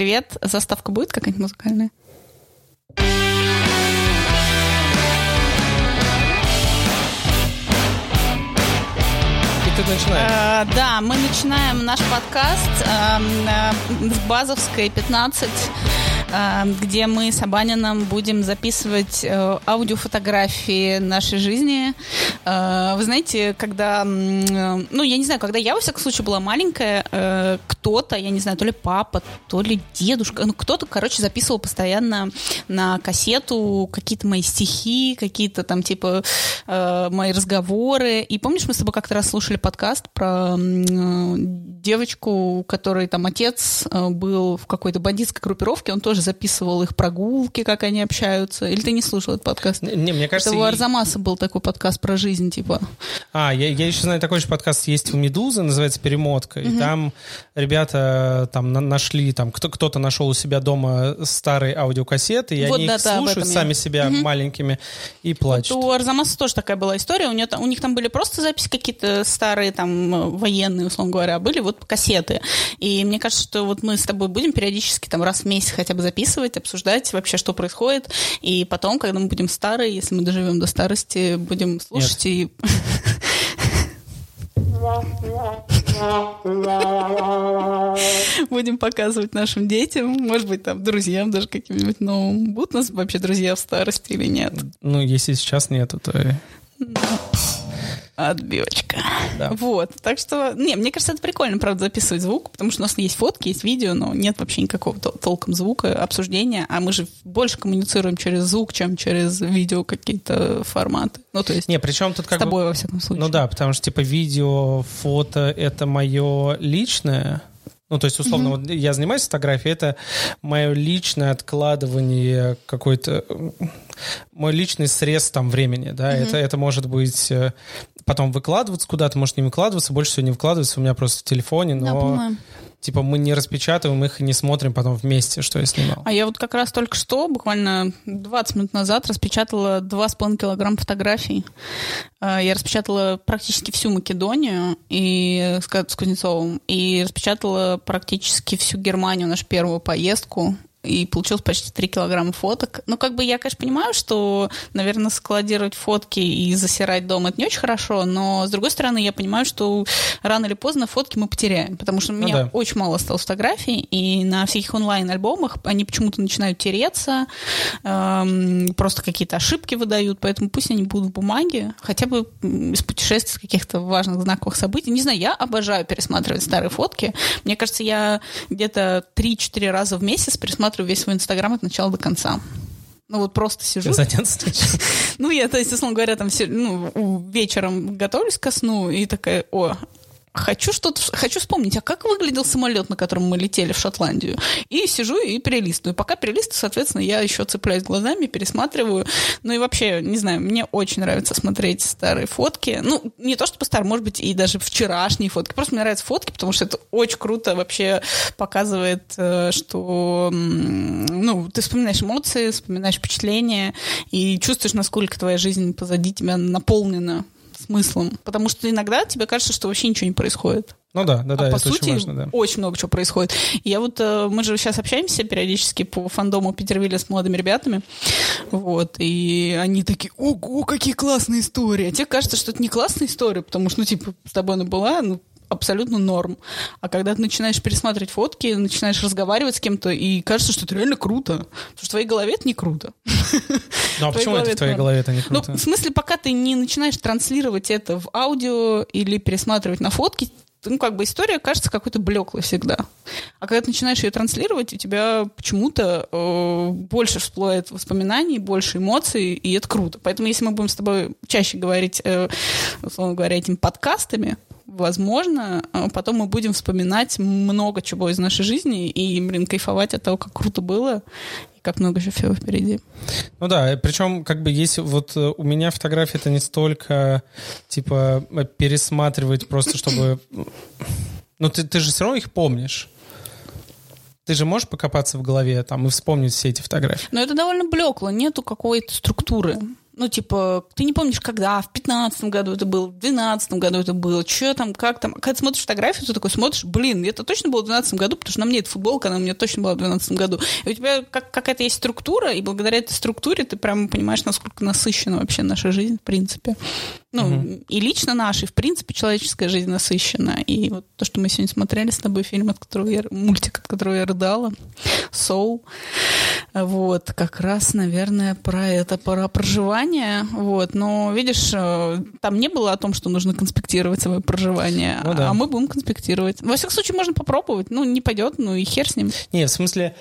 привет. Заставка будет какая-нибудь музыкальная? Ты начинаешь. Да, мы начинаем наш подкаст с Базовской 15, где мы с Абаниным будем записывать аудиофотографии нашей жизни. Вы знаете, когда, я не знаю, когда я, во всяком случае, была маленькая, кто-то, я не знаю, то ли папа, то ли дедушка, кто-то, записывал постоянно на кассету какие-то мои стихи, какие-то там, мои разговоры. И помнишь, мы с тобой как-то раз слушали подкаст про девочку, у которой там отец был в какой-то бандитской группировке, он тоже записывал их прогулки, как они общаются. Или ты не слушал этот подкаст? Не, мне кажется... Это у Арзамаса был такой подкаст про жизнь, я еще знаю, такой же подкаст есть у «Медузы», называется «Перемотка», и там ребята там нашли, там кто-то нашел у себя дома старые аудиокассеты, и они их слушают сами себя маленькими и плачут. У Арзамаса тоже такая была история, у них там были просто записи какие-то старые, там, военные, условно говоря, а были вот кассеты. И мне кажется, что вот мы с тобой будем периодически там раз в месяц хотя бы записывать, обсуждать вообще, что происходит, и потом, когда мы будем старые, если мы доживем до старости, будем слушать и... Будем показывать нашим детям, может быть, там, друзьям даже каким-нибудь новым. Будут у нас вообще друзья в старости или нет? Если сейчас нету, то... Отбивочка. Да. Вот. Так что, мне кажется, это прикольно, правда, записывать звук, потому что у нас есть фотки, есть видео, но нет вообще никакого толком звука, обсуждения, а мы же больше коммуницируем через звук, чем через видео какие-то форматы. То есть причем тут с тобой, во всяком случае. Потому что, видео, фото — это мое личное. То есть, условно, вот я занимаюсь фотографией, это мое личное откладывание какой-то... Мой личный срез там времени, да, это может быть потом выкладываться куда-то, может не выкладываться, больше всего не выкладываться у меня просто в телефоне, но мы не распечатываем их и не смотрим потом вместе, что я снимал. А я вот как раз только что, буквально 20 минут назад, распечатала 2,5 килограмма фотографий. Я распечатала практически всю Македонию с Кузнецовым и распечатала практически всю Германию, нашу первую поездку. И получилось почти 3 килограмма фоток. Я, конечно, понимаю, что, наверное, складировать фотки и засирать дома — это не очень хорошо, но, с другой стороны, я понимаю, что рано или поздно фотки мы потеряем, потому что у меня очень мало осталось фотографий, и на всяких онлайн-альбомах они почему-то начинают тереться, просто какие-то ошибки выдают, поэтому пусть они будут в бумаге, хотя бы из путешествий, с каких-то важных знаковых событий. Не знаю, я обожаю пересматривать старые фотки. Мне кажется, я где-то 3-4 раза в месяц пересматриваю весь свой Инстаграм от начала до конца. Просто сижу. Я, то есть, условно говоря, там вечером готовлюсь ко сну и такая, хочу вспомнить, а как выглядел самолет, на котором мы летели в Шотландию. И сижу и перелистываю. Пока перелистываю, соответственно, я еще цепляюсь глазами, пересматриваю. И вообще, не знаю, мне очень нравится смотреть старые фотки. Не то чтобы старые, может быть, и даже вчерашние фотки. Просто мне нравятся фотки, потому что это очень круто вообще показывает, что ты вспоминаешь эмоции, вспоминаешь впечатления и чувствуешь, насколько твоя жизнь позади тебя наполнена смыслом. Потому что иногда тебе кажется, что вообще ничего не происходит. Это по сути, очень важно, да. Очень много чего происходит. И мы же сейчас общаемся периодически по фандому Питервилля с молодыми ребятами. И они такие, ого, какие классные истории. А тебе кажется, что это не классная история, потому что, с тобой она была, абсолютно норм. А когда ты начинаешь пересматривать фотки, начинаешь разговаривать с кем-то, и кажется, что это реально круто. Потому что в твоей голове это не круто. А почему это в твоей голове это не круто? В смысле, пока ты не начинаешь транслировать это в аудио или пересматривать на фотки, история кажется какой-то блеклой всегда. А когда ты начинаешь ее транслировать, у тебя почему-то больше всплывает воспоминаний, больше эмоций, и это круто. Поэтому если мы будем с тобой чаще говорить, условно говоря, этими подкастами, возможно, потом мы будем вспоминать много чего из нашей жизни и, кайфовать от того, как круто было и как много еще всего впереди. Причем, если у меня фотографии это не столько, пересматривать просто, чтобы... ты же все равно их помнишь. Ты же можешь покопаться в голове и вспомнить все эти фотографии. Но это довольно блекло, нету какой-то структуры. Ну, типа, ты не помнишь, когда, в 15-м году это было, в 12-м году это было, что там, как там. Когда ты смотришь фотографию, ты такой смотришь, блин, это точно было в 12-м году, потому что на мне эта футболка, она у меня точно была в 12-м году. И у тебя какая-то есть структура, и благодаря этой структуре ты прямо понимаешь, насколько насыщена вообще наша жизнь, в принципе. Ну, и лично наша, и в принципе человеческая жизнь насыщена. И вот то, что мы сегодня смотрели с тобой, мультик, от которого я рыдала, Soul, вот, как раз, наверное, про это, про проживание, вот. Но, видишь, там не было о том, что нужно конспектировать свое проживание, ну, да. А мы будем конспектировать. Во всяком случае, можно попробовать, ну, не пойдет, ну и хер с ним. Не, в смысле...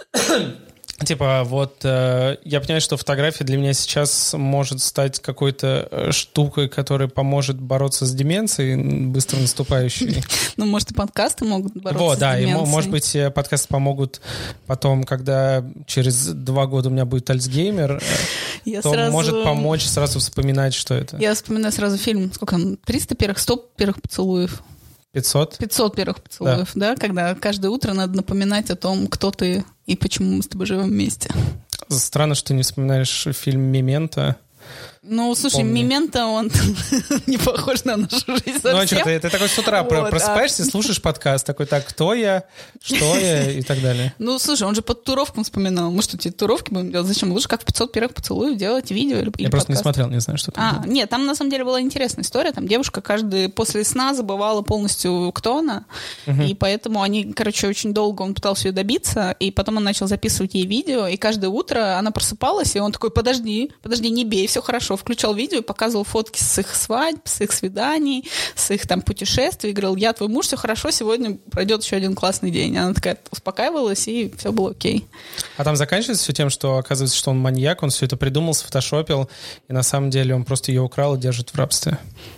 Типа, вот, я понимаю, что фотография для меня сейчас может стать какой-то штукой, которая поможет бороться с деменцией, быстро наступающей. Ну, может, и подкасты могут бороться с деменцией. Вот, да, и, может быть, подкасты помогут потом, когда через 2 года у меня будет Альцгеймер, может помочь сразу вспоминать, что это. Я вспоминаю сразу фильм, сколько там, 300 первых, 100 первых поцелуев. 500? 500 первых поцелуев, да? Когда каждое утро надо напоминать о том, кто ты и почему мы с тобой живем вместе. Странно, что ты не вспоминаешь фильм «Мементо». Ну, слушай, «Мементо», он не похож на нашу жизнь совсем. Ну, а что, ты такой с утра просыпаешься, слушаешь подкаст, такой, так, кто я, что я и так далее. Ну, слушай, он же под татуировкам вспоминал. Мы что, тебе татуировки будем делать? Зачем? Лучше как в 500 первых поцелуев делать видео или Я просто не смотрел, не знаю, что там. Нет, там на самом деле была интересная история. Там девушка после сна забывала полностью, кто она. И поэтому они, короче, очень долго он пытался ее добиться, и потом он начал записывать ей видео, и каждое утро она просыпалась, и он такой, подожди, не бей, все хорошо. Включал видео и показывал фотки с их свадьб, с их свиданий, с их там путешествий. И говорил, я твой муж, все хорошо, сегодня пройдет еще один классный день. Она такая успокаивалась, и все было окей. А там заканчивается все тем, что оказывается, что он маньяк, он все это придумал, сфотошопил, и на самом деле он просто ее украл и держит в рабстве.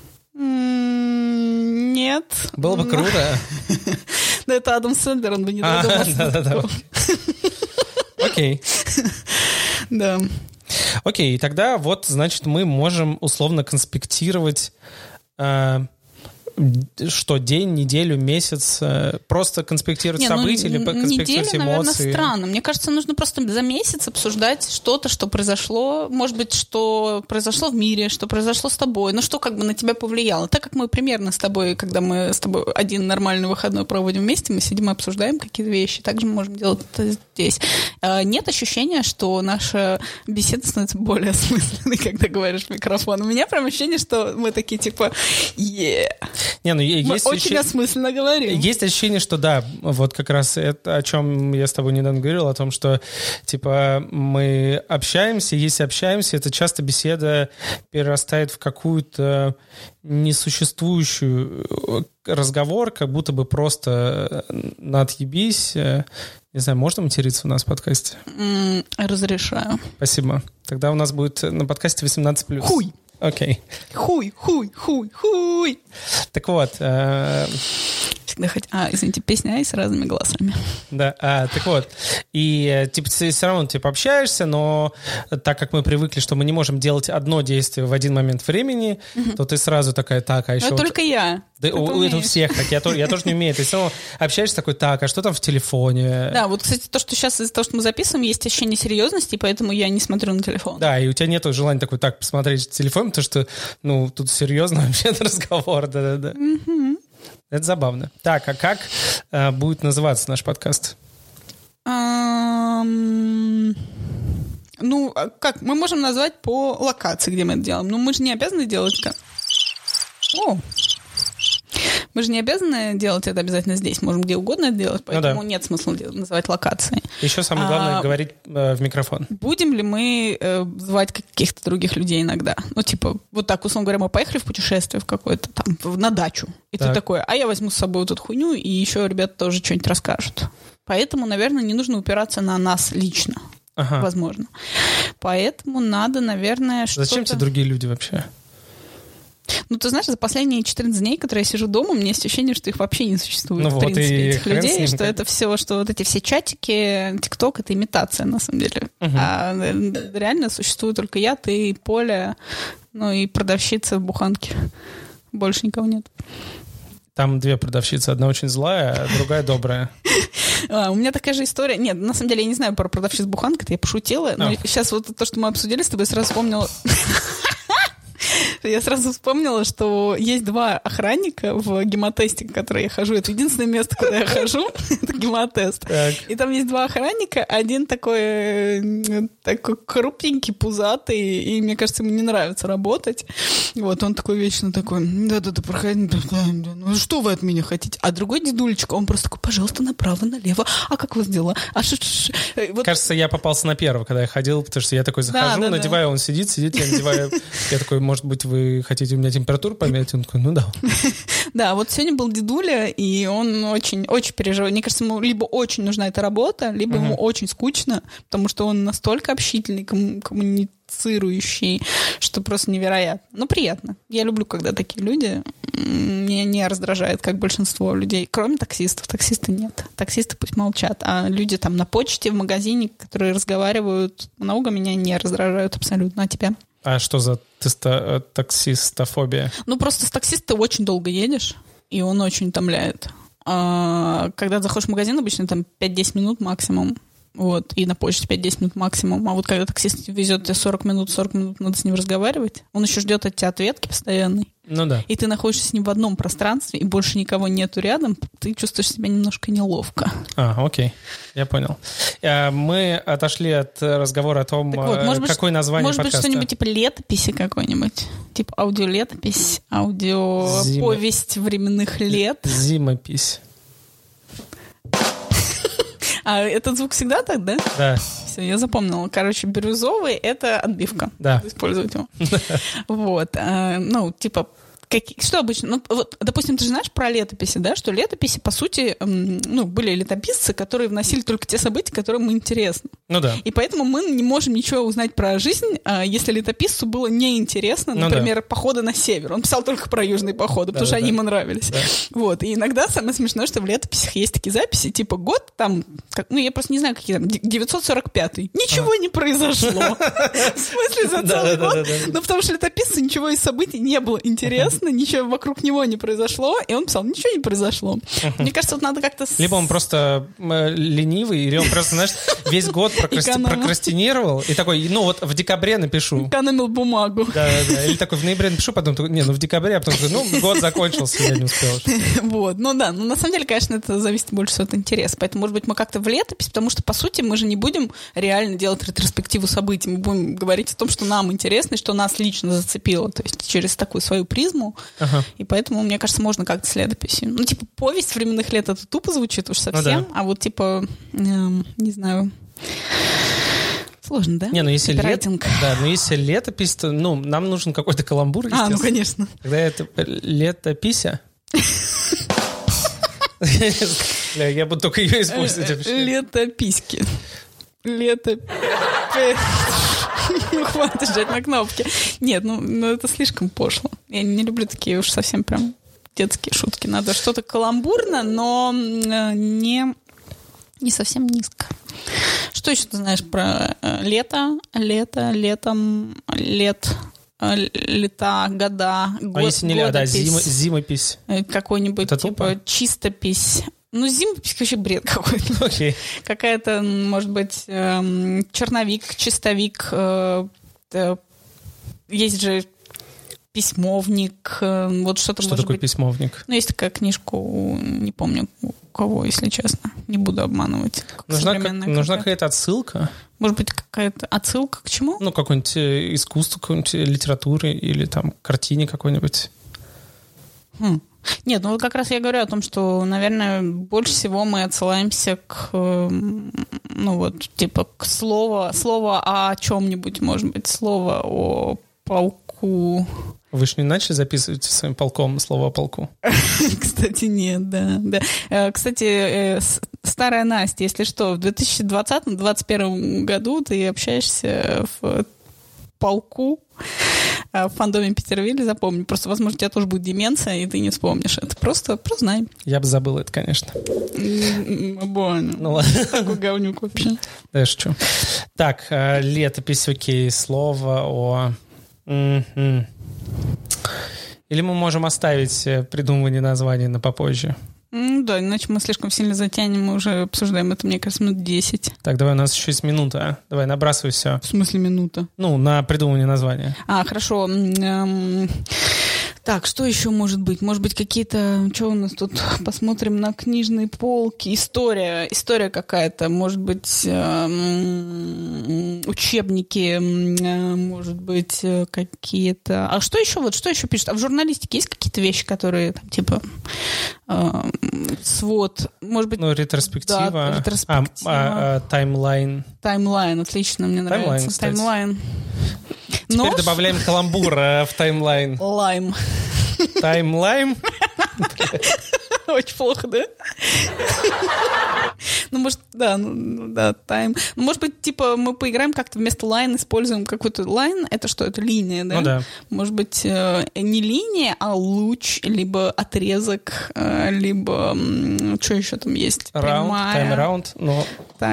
Нет. Было бы круто. Да это Адам Сэндлер, он бы не додумался. Да. Окей. Да. Окей, тогда вот, значит, мы можем условно конспектировать что, день, неделю, месяц, просто конспектировать события или конспектировать неделю, эмоции? Наверное, странно. Мне кажется, нужно просто за месяц обсуждать что-то, что произошло, может быть, что произошло в мире, что произошло с тобой, ну что как бы на тебя повлияло. Так как мы примерно с тобой, когда мы с тобой один нормальный выходной проводим вместе, мы сидим и обсуждаем какие-то вещи, также мы можем делать это здесь. Нет ощущения, что наша беседа становится более осмысленной, когда говоришь в микрофон. У меня прям ощущение, что мы такие типа Не, ну, мы очень осмысленно говорим. Есть ощущение, что да, вот как раз это, о чем я с тобой недавно говорил, о том, что типа мы общаемся, если общаемся, это часто беседа перерастает в какую-то несуществующую разговор, как будто бы просто на отъебись. Не знаю, можно материться у нас в подкасте? Разрешаю. Спасибо. Тогда у нас будет на подкасте 18+. Хуй! Окей. Хуй. Так вот. Всегда извините, песня и с разными голосами. Да, так вот. И типа ты все равно типа общаешься, но так как мы привыкли, что мы не можем делать одно действие в один момент времени, то ты сразу такая, так, а еще... Но только я. Да, это у всех так, я тоже не умею. Ты все равно общаешься такой, так, а что там в телефоне? Да, вот, кстати, то, что сейчас из-за того, что мы записываем, есть ощущение серьезности, поэтому я не смотрю на телефон. Да, и у тебя нет желания такой, так, посмотреть телефон, потому что, ну, тут серьезно вообще разговор, да-да-да. Это забавно. Так, а как будет называться наш подкаст? Ну, как? Мы можем назвать по локации, где мы это делаем. Но мы же не обязаны делать... Мы же не обязаны делать это обязательно здесь. Можем где угодно это делать, поэтому нет смысла называть локации. Еще самое главное — говорить в микрофон. Будем ли мы звать каких-то других людей иногда? Ну, типа, вот так, условно говоря, мы поехали в путешествие в какое-то там, на дачу. И ты такой, а я возьму с собой вот эту хуйню, и еще ребята тоже что-нибудь расскажут. Поэтому, наверное, не нужно упираться на нас лично. Возможно. Поэтому надо, наверное, что-то... Зачем тебе другие люди вообще? Ну, ты знаешь, за последние 14 дней, которые я сижу дома, у меня есть ощущение, что их вообще не существует, в принципе, этих людей, что это все, что вот эти все чатики, ТикТок — это имитация, на самом деле. А реально существует только я, ты, Поля, ну и продавщица в буханке. Больше никого нет. Там две продавщицы. Одна очень злая, а другая добрая. У меня такая же история. Нет, на самом деле я не знаю про продавщиц буханок, это я пошутила. Но сейчас вот то, что мы обсудили с тобой, сразу вспомнила... Я сразу вспомнила, что есть два охранника в гемотесте, в который я хожу. Это единственное место, куда я хожу. Это гемотест. Так. И там есть два охранника. Один такой крупненький, пузатый. И мне кажется, ему не нравится работать. Вот, он такой вечно такой, да-да-да, проходи. Ну что вы от меня хотите? А другой дедулечка, он просто такой, пожалуйста, направо, налево. А как у вас дела? Вот. Кажется, я попался на первого, когда я ходил, потому что я такой захожу, надеваю, он сидит, я надеваю. Я такой, может быть, вы хотите у меня температуру померить? Он такой, ну да. Да, вот сегодня был дедуля, и он очень переживает. Мне кажется, ему либо очень нужна эта работа, либо ему очень скучно, потому что он настолько общительный, коммуницирующий, что просто невероятно. Но приятно. Я люблю, когда такие люди. Меня не раздражает, как большинство людей. Кроме таксистов. Таксисты нет. Таксисты пусть молчат. А люди там на почте, в магазине, которые разговаривают много, меня не раздражают абсолютно. А тебя? А что за таксистофобия? Ну, просто с таксиста ты очень долго едешь, и он очень утомляет. Когда заходишь в магазин, обычно там 5-10 минут максимум. Вот, и на почте 5-10 минут максимум. А вот когда таксист везет тебе 40 минут надо с ним разговаривать. Он еще ждет от тебя ответки постоянной. Ну да. И ты находишься с ним в одном пространстве, и больше никого нету рядом, ты чувствуешь себя немножко неловко. Окей. Я понял. Мы отошли от разговора о том, вот, какое название подкаста. Может быть, что-нибудь типа летописи какой-нибудь? Типа аудиолетопись, аудиоповесть временных лет. Зимопись. А этот звук всегда так, да? Да. Все, я запомнила. Короче, бирюзовый — это отбивка. Да. Использовать его. Вот. Ну, типа... Что обычно? Ну, вот, допустим, ты же знаешь про летописи, да, что летописи, по сути, были летописцы, которые вносили только те события, которые им интересны. Ну да. И поэтому мы не можем ничего узнать про жизнь, если летописцу было неинтересно, например, походы на север. Он писал только про южные походы, потому что они ему нравились. Да. Вот. И иногда самое смешное, что в летописях есть такие записи, типа год там, я просто не знаю, какие там, 945-й. Ничего не произошло. В смысле, за целый год? Ну, потому что летописцу ничего из событий не было интересно, ничего вокруг него не произошло, и он писал, ничего не произошло. Мне кажется, вот надо как-то... Либо он просто ленивый, или он просто, знаешь, весь год прокрастинировал, и такой, вот в декабре напишу. Экономил бумагу. Да. Или такой, в ноябре напишу, потом, в декабре, а потом такой, год закончился, я не успел. Вот, на самом деле, конечно, это зависит больше от интереса, поэтому, может быть, мы как-то в летопись, потому что, по сути, мы же не будем реально делать ретроспективу событий, мы будем говорить о том, что нам интересно, и что нас лично зацепило, то есть через такую свою призму. И поэтому, мне кажется, можно как-то с летописью. Ну, типа, повесть временных лет — это тупо звучит уж совсем, а вот, типа, не знаю... Сложно, да? Не, если летопись, то, нам нужен какой-то каламбур, естественно. Конечно. Тогда это летопися. Я буду только ее использовать. Летописки. Хватит жать на кнопки. Нет, это слишком пошло. Я не люблю такие уж совсем прям детские шутки. Надо что-то каламбурно, но не совсем низко. Что еще ты знаешь про лето, летом, лета, года, год? А если не лето, зимопись? Какой-нибудь это типа чистопись. Зимопись вообще бред какой-то. Okay. Какая-то, может быть, черновик, чистовик. Есть же письмовник. Вот что-то что может такое быть. Письмовник? Есть такая книжка, не помню у кого, если честно. Не буду обманывать. Нужна какая-то отсылка? Может быть, какая-то отсылка к чему? Какое-нибудь искусство, какой-нибудь литературы или там картине какой-нибудь. Нет, вот как раз я говорю о том, что, наверное, больше всего мы отсылаемся к, к слову о чем-нибудь, может быть, слово о полку. Вы же не начали записывать своим полком слово о полку? Кстати, нет, да. Кстати, старая Настя, если что, в 2020-2021 году ты общаешься в полку, в фандоме Питервилля, запомни. Просто, возможно, у тебя тоже будет деменция, и ты не вспомнишь это. Просто знай. Я бы забыл это, конечно. Больно. Ну ладно. Такой говнюк вообще. Да что. Так, летопись, окей, слово о... Или мы можем оставить придумывание названий на попозже? Да, иначе мы слишком сильно затянем, мы уже обсуждаем это, мне кажется, минут 10. Так, давай, у нас еще есть минута. Давай, набрасывай все. В смысле минута? Ну, на придумывание названия. Хорошо. Так, что еще может быть? Может быть, какие-то... Что у нас тут? Посмотрим на книжные полки. История какая-то. Может быть, учебники. Может быть, какие-то... А что еще? Вот что еще пишут? А в журналистике есть какие-то вещи, которые, там, типа, свод? Может быть... Ну, ретроспектива. Да, ретроспектива. Таймлайн. Таймлайн, отлично, мне нравится. Таймлайн. Теперь добавляем каламбур в таймлайн. Лайм. Таймлайн? Очень плохо, да? Ну, может, тайм. Ну, может быть, типа, мы поиграем как-то вместо лайн, используем какой-то лайн. Это что? Это линия, да? Ну, да. Может быть, не линия, а луч, либо отрезок, либо... Что еще там есть? Тайм-раунд, но...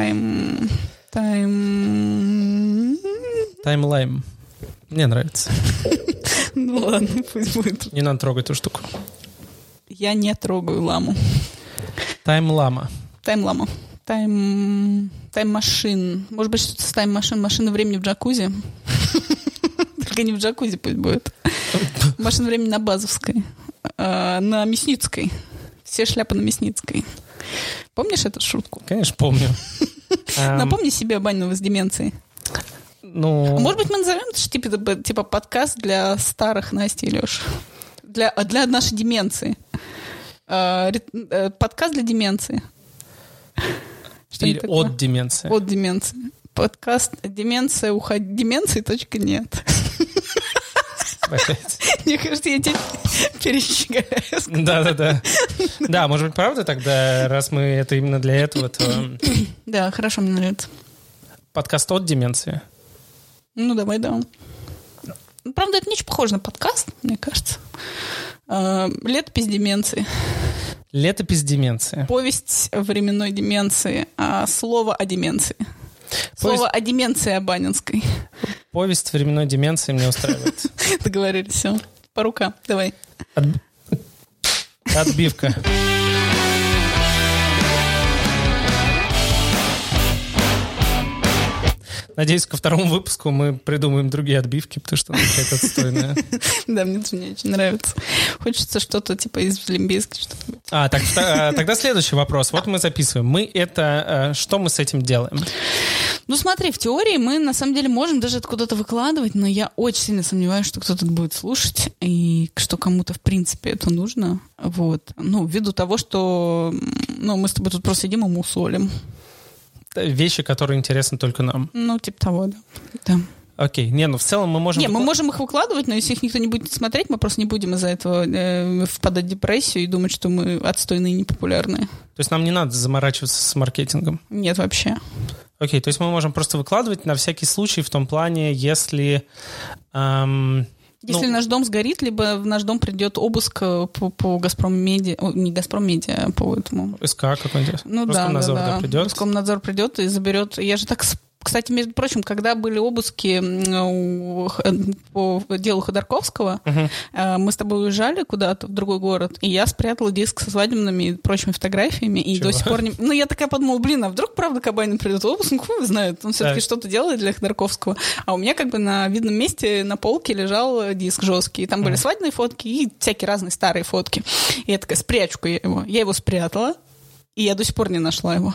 Таймлайн. Мне нравится. Ну ладно, пусть будет. Не надо трогать эту штуку. Я не трогаю ламу. Тайм-лама. Тайм-лама. Тайм-машин. Может быть, что-то с тайм-машин. Машина времени в джакузи. Только не в джакузи пусть будет. Машина времени на Базовской. На Мясницкой. Все шляпы на Мясницкой. Помнишь эту шутку? Конечно, помню. Напомни себе Банинова с деменцией. Ну... Может быть, мы назовем это типа подкаст для старых Насти и Леши? Для нашей деменции. Подкаст для деменции. Или от деменции. От деменции. Подкаст «Деменция, уходи». Деменции.нет. Мне кажется, я тебя перещеголяю. Да. Да, может быть, правда тогда, раз мы это именно для этого, то... Да, хорошо, мне нравится. Подкаст от деменции. Ну, давай, да. Правда, это не очень похоже на подкаст, мне кажется. Летопись деменции. Летопись деменции. Повесть временной деменции. Слово о деменции. Слово о деменции Абанинской. Повесть временной деменции мне устраивает. Договорились, все. По рукам, давай. Отбивка. Надеюсь, ко второму выпуску мы придумаем другие отбивки, потому что она какая-то отстойная. Да, мне очень нравится. Хочется что-то типа из Лимбизки. Тогда следующий вопрос. Вот мы записываем. Что мы с этим делаем? Ну, смотри, в теории мы, на самом деле, можем даже это куда-то выкладывать, но я очень сильно сомневаюсь, что кто-то это будет слушать, и что кому-то, в принципе, это нужно. Вот. Ну, ввиду того, что мы с тобой тут просто сидим и мусолим. Вещи, которые интересны только нам. Ну, типа того, да. Окей. В целом мы можем... Мы можем их выкладывать, но если их никто не будет смотреть, мы просто не будем из-за этого впадать в депрессию и думать, что мы отстойные и непопулярные. То есть нам не надо заморачиваться с маркетингом? Нет, вообще. Окей, то есть мы можем просто выкладывать на всякий случай в том плане, если... Если наш дом сгорит, либо в наш дом придет обыск по «Газпром-медиа», не «Газпром-медиа», а по этому... СК какой-нибудь? Ну Роскомнадзор да. Придет? Роскомнадзор придет и заберет... Я же так... Кстати, между прочим, когда были обыски по делу Ходорковского, мы с тобой уезжали куда-то в другой город, и я спрятала диск со свадебными и прочими фотографиями, и до сих пор не... Ну, я такая подумала, а вдруг, правда, Кабанин придет в обыск? Ну, хуй знает, он все-таки что-то делает для Ходорковского. А у меня как бы на видном месте на полке лежал диск жесткий, и там были свадебные фотки и всякие разные старые фотки. И я такая, спрячу-ка я его. Я его спрятала, и я до сих пор не нашла его.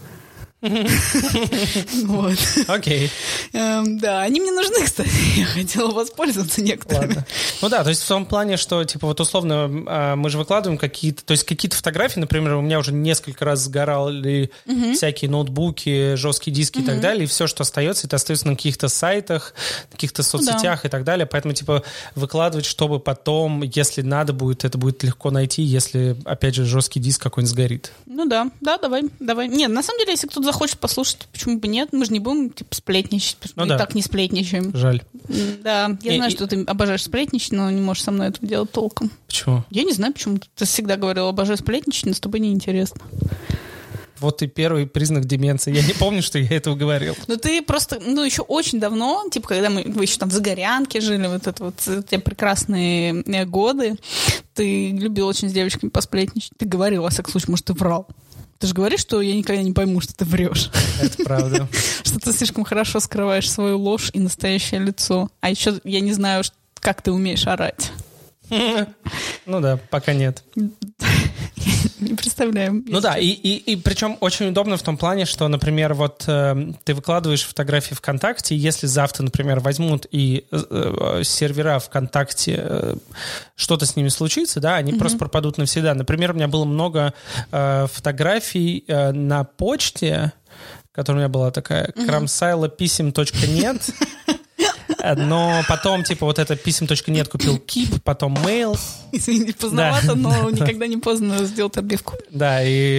Вот. Окей. Да, они мне нужны, кстати. Я хотела воспользоваться некоторыми. Ладно. Ну да, то есть в том плане, что, типа, вот условно мы же выкладываем какие-то фотографии, например, у меня уже несколько раз сгорали всякие ноутбуки, жесткие диски и так далее, и все, что остается, это остается на каких-то сайтах, каких-то соцсетях и так далее, поэтому, типа, выкладывать, чтобы потом, если надо будет, это будет легко найти, если, опять же, жесткий диск какой-нибудь сгорит. Ну да, давай. Нет, на самом деле, если кто-то захочет послушать, почему бы нет? Мы же не будем, типа, сплетничать. Мы и так не сплетничаем. Жаль. Да, я знаю, что ты обожаешь сплетничать, но не можешь со мной этого делать толком. Почему? Я не знаю, почему. Ты всегда говорил, обожаю сплетничать, но с тобой неинтересно. вот и первый признак деменции. Я не помню, что я этого говорил. Ну, ты просто, еще очень давно, типа, когда вы еще там в Загорянке жили, вот это вот те прекрасные годы, ты любил очень с девочками посплетничать. Ты говорил, во всяком случае, может, ты врал. Ты же говоришь, что я никогда не пойму, что ты врешь. Это правда. Что ты слишком хорошо скрываешь свою ложь и настоящее лицо. А еще я не знаю, как ты умеешь орать. Ну да, пока нет. Не представляю. Ну да, и причем очень удобно в том плане, что, например, вот ты выкладываешь фотографии ВКонтакте, и если завтра, например, возьмут и сервера ВКонтакте, что-то с ними случится, да, они просто пропадут навсегда. Например, у меня было много фотографий на почте, которая у меня была такая крамсайлописем.нет. Но потом, типа, вот это писем.нет купил Keep, потом Mail. Извини, поздновато, но никогда не поздно сделать отбивку. Да,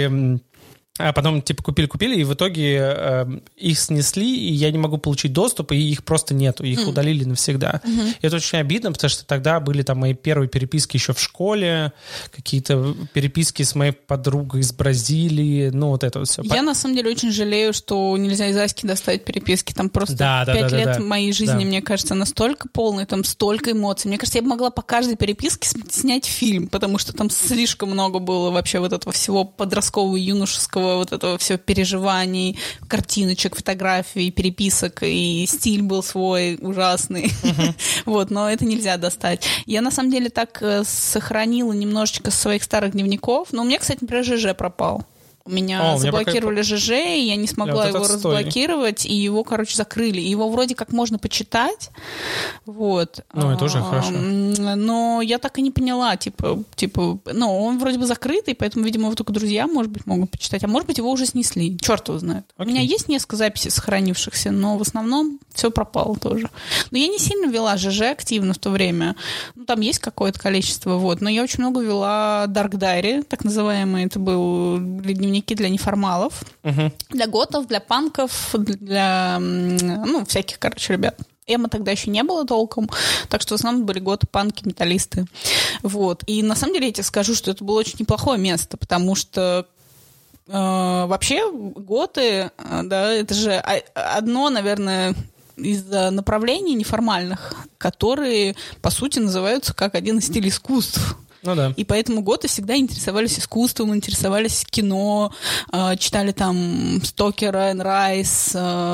а потом, типа, купили, и в итоге их снесли, и я не могу получить доступ, и их просто нету, их удалили навсегда. И это очень обидно, потому что тогда были там мои первые переписки еще в школе, какие-то переписки с моей подругой из Бразилии, ну, вот это вот все. Я, на самом деле, очень жалею, что нельзя из Аськи доставить переписки. Там просто 5 лет моей жизни, мне кажется, настолько полной, там столько эмоций. Мне кажется, я бы могла по каждой переписке снять фильм, потому что там слишком много было вообще вот этого всего подросткового, юношеского, вот этого всего переживаний, картиночек, фотографий, переписок, и стиль был свой ужасный. Вот, но это нельзя достать. Я, на самом деле, так сохранила немножечко своих старых дневников, но у меня, кстати, например, ЖЖ пропал. У меня заблокировали ЖЖ, и я не смогла его разблокировать, и его, короче, закрыли. И его вроде как можно почитать, вот. Ну, это уже хорошо. Но я так и не поняла, типа, он вроде бы закрытый, поэтому, видимо, его только друзья, может быть, могут почитать, а может быть, его уже снесли. Черт его знает. У меня есть несколько записей сохранившихся, но в основном все пропало тоже. Но я не сильно вела ЖЖ активно в то время. Ну, там есть какое-то количество, вот. Но я очень много вела Dark Diary, так называемый. Это был дневник для неформалов, для готов, для панков, для, всяких, короче, ребят. Эмо тогда еще не было толком, так что в основном были готы, панки, металлисты. Вот. И на самом деле я тебе скажу, что это было очень неплохое место, потому что вообще готы, да, это же одно, наверное, из направлений неформальных, которые, по сути, называются как один из стилей искусств. Ну да. И поэтому готы всегда интересовались искусством, интересовались кино, читали там Стокера, Энн Райс,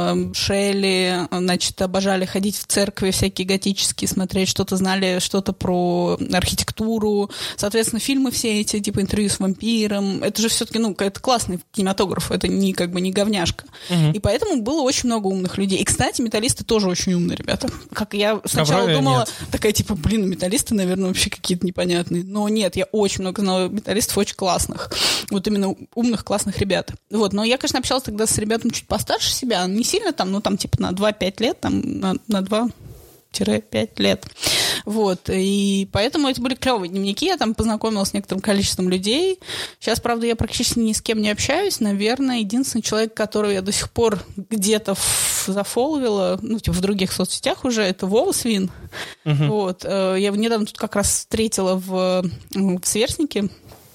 Шелли, значит, обожали ходить в церкви всякие готические, смотреть что-то, знали что-то про архитектуру. Соответственно, фильмы все эти, типа «Интервью с вампиром», это же все-таки, это классный кинематограф, это не говняшка. И поэтому было очень много умных людей. И, кстати, металлисты тоже очень умные ребята. Как я сначала думала, такая, типа, металлисты, наверное, вообще какие-то непонятные. Но нет, я очень много знала металлистов очень классных. Вот именно умных, классных ребят. Вот, но я, конечно, общалась тогда с ребятами чуть постарше себя, не сильно там, типа на 2-5 лет, там, на 2-5 лет. Вот, и поэтому это были клевые дневники, я там познакомилась с некоторым количеством людей. Сейчас, правда, я практически ни с кем не общаюсь. Наверное, единственный человек, которого я до сих пор где-то зафоловила, в других соцсетях уже, это Вова Свин. Вот, я его недавно тут как раз встретила в Сверстнике.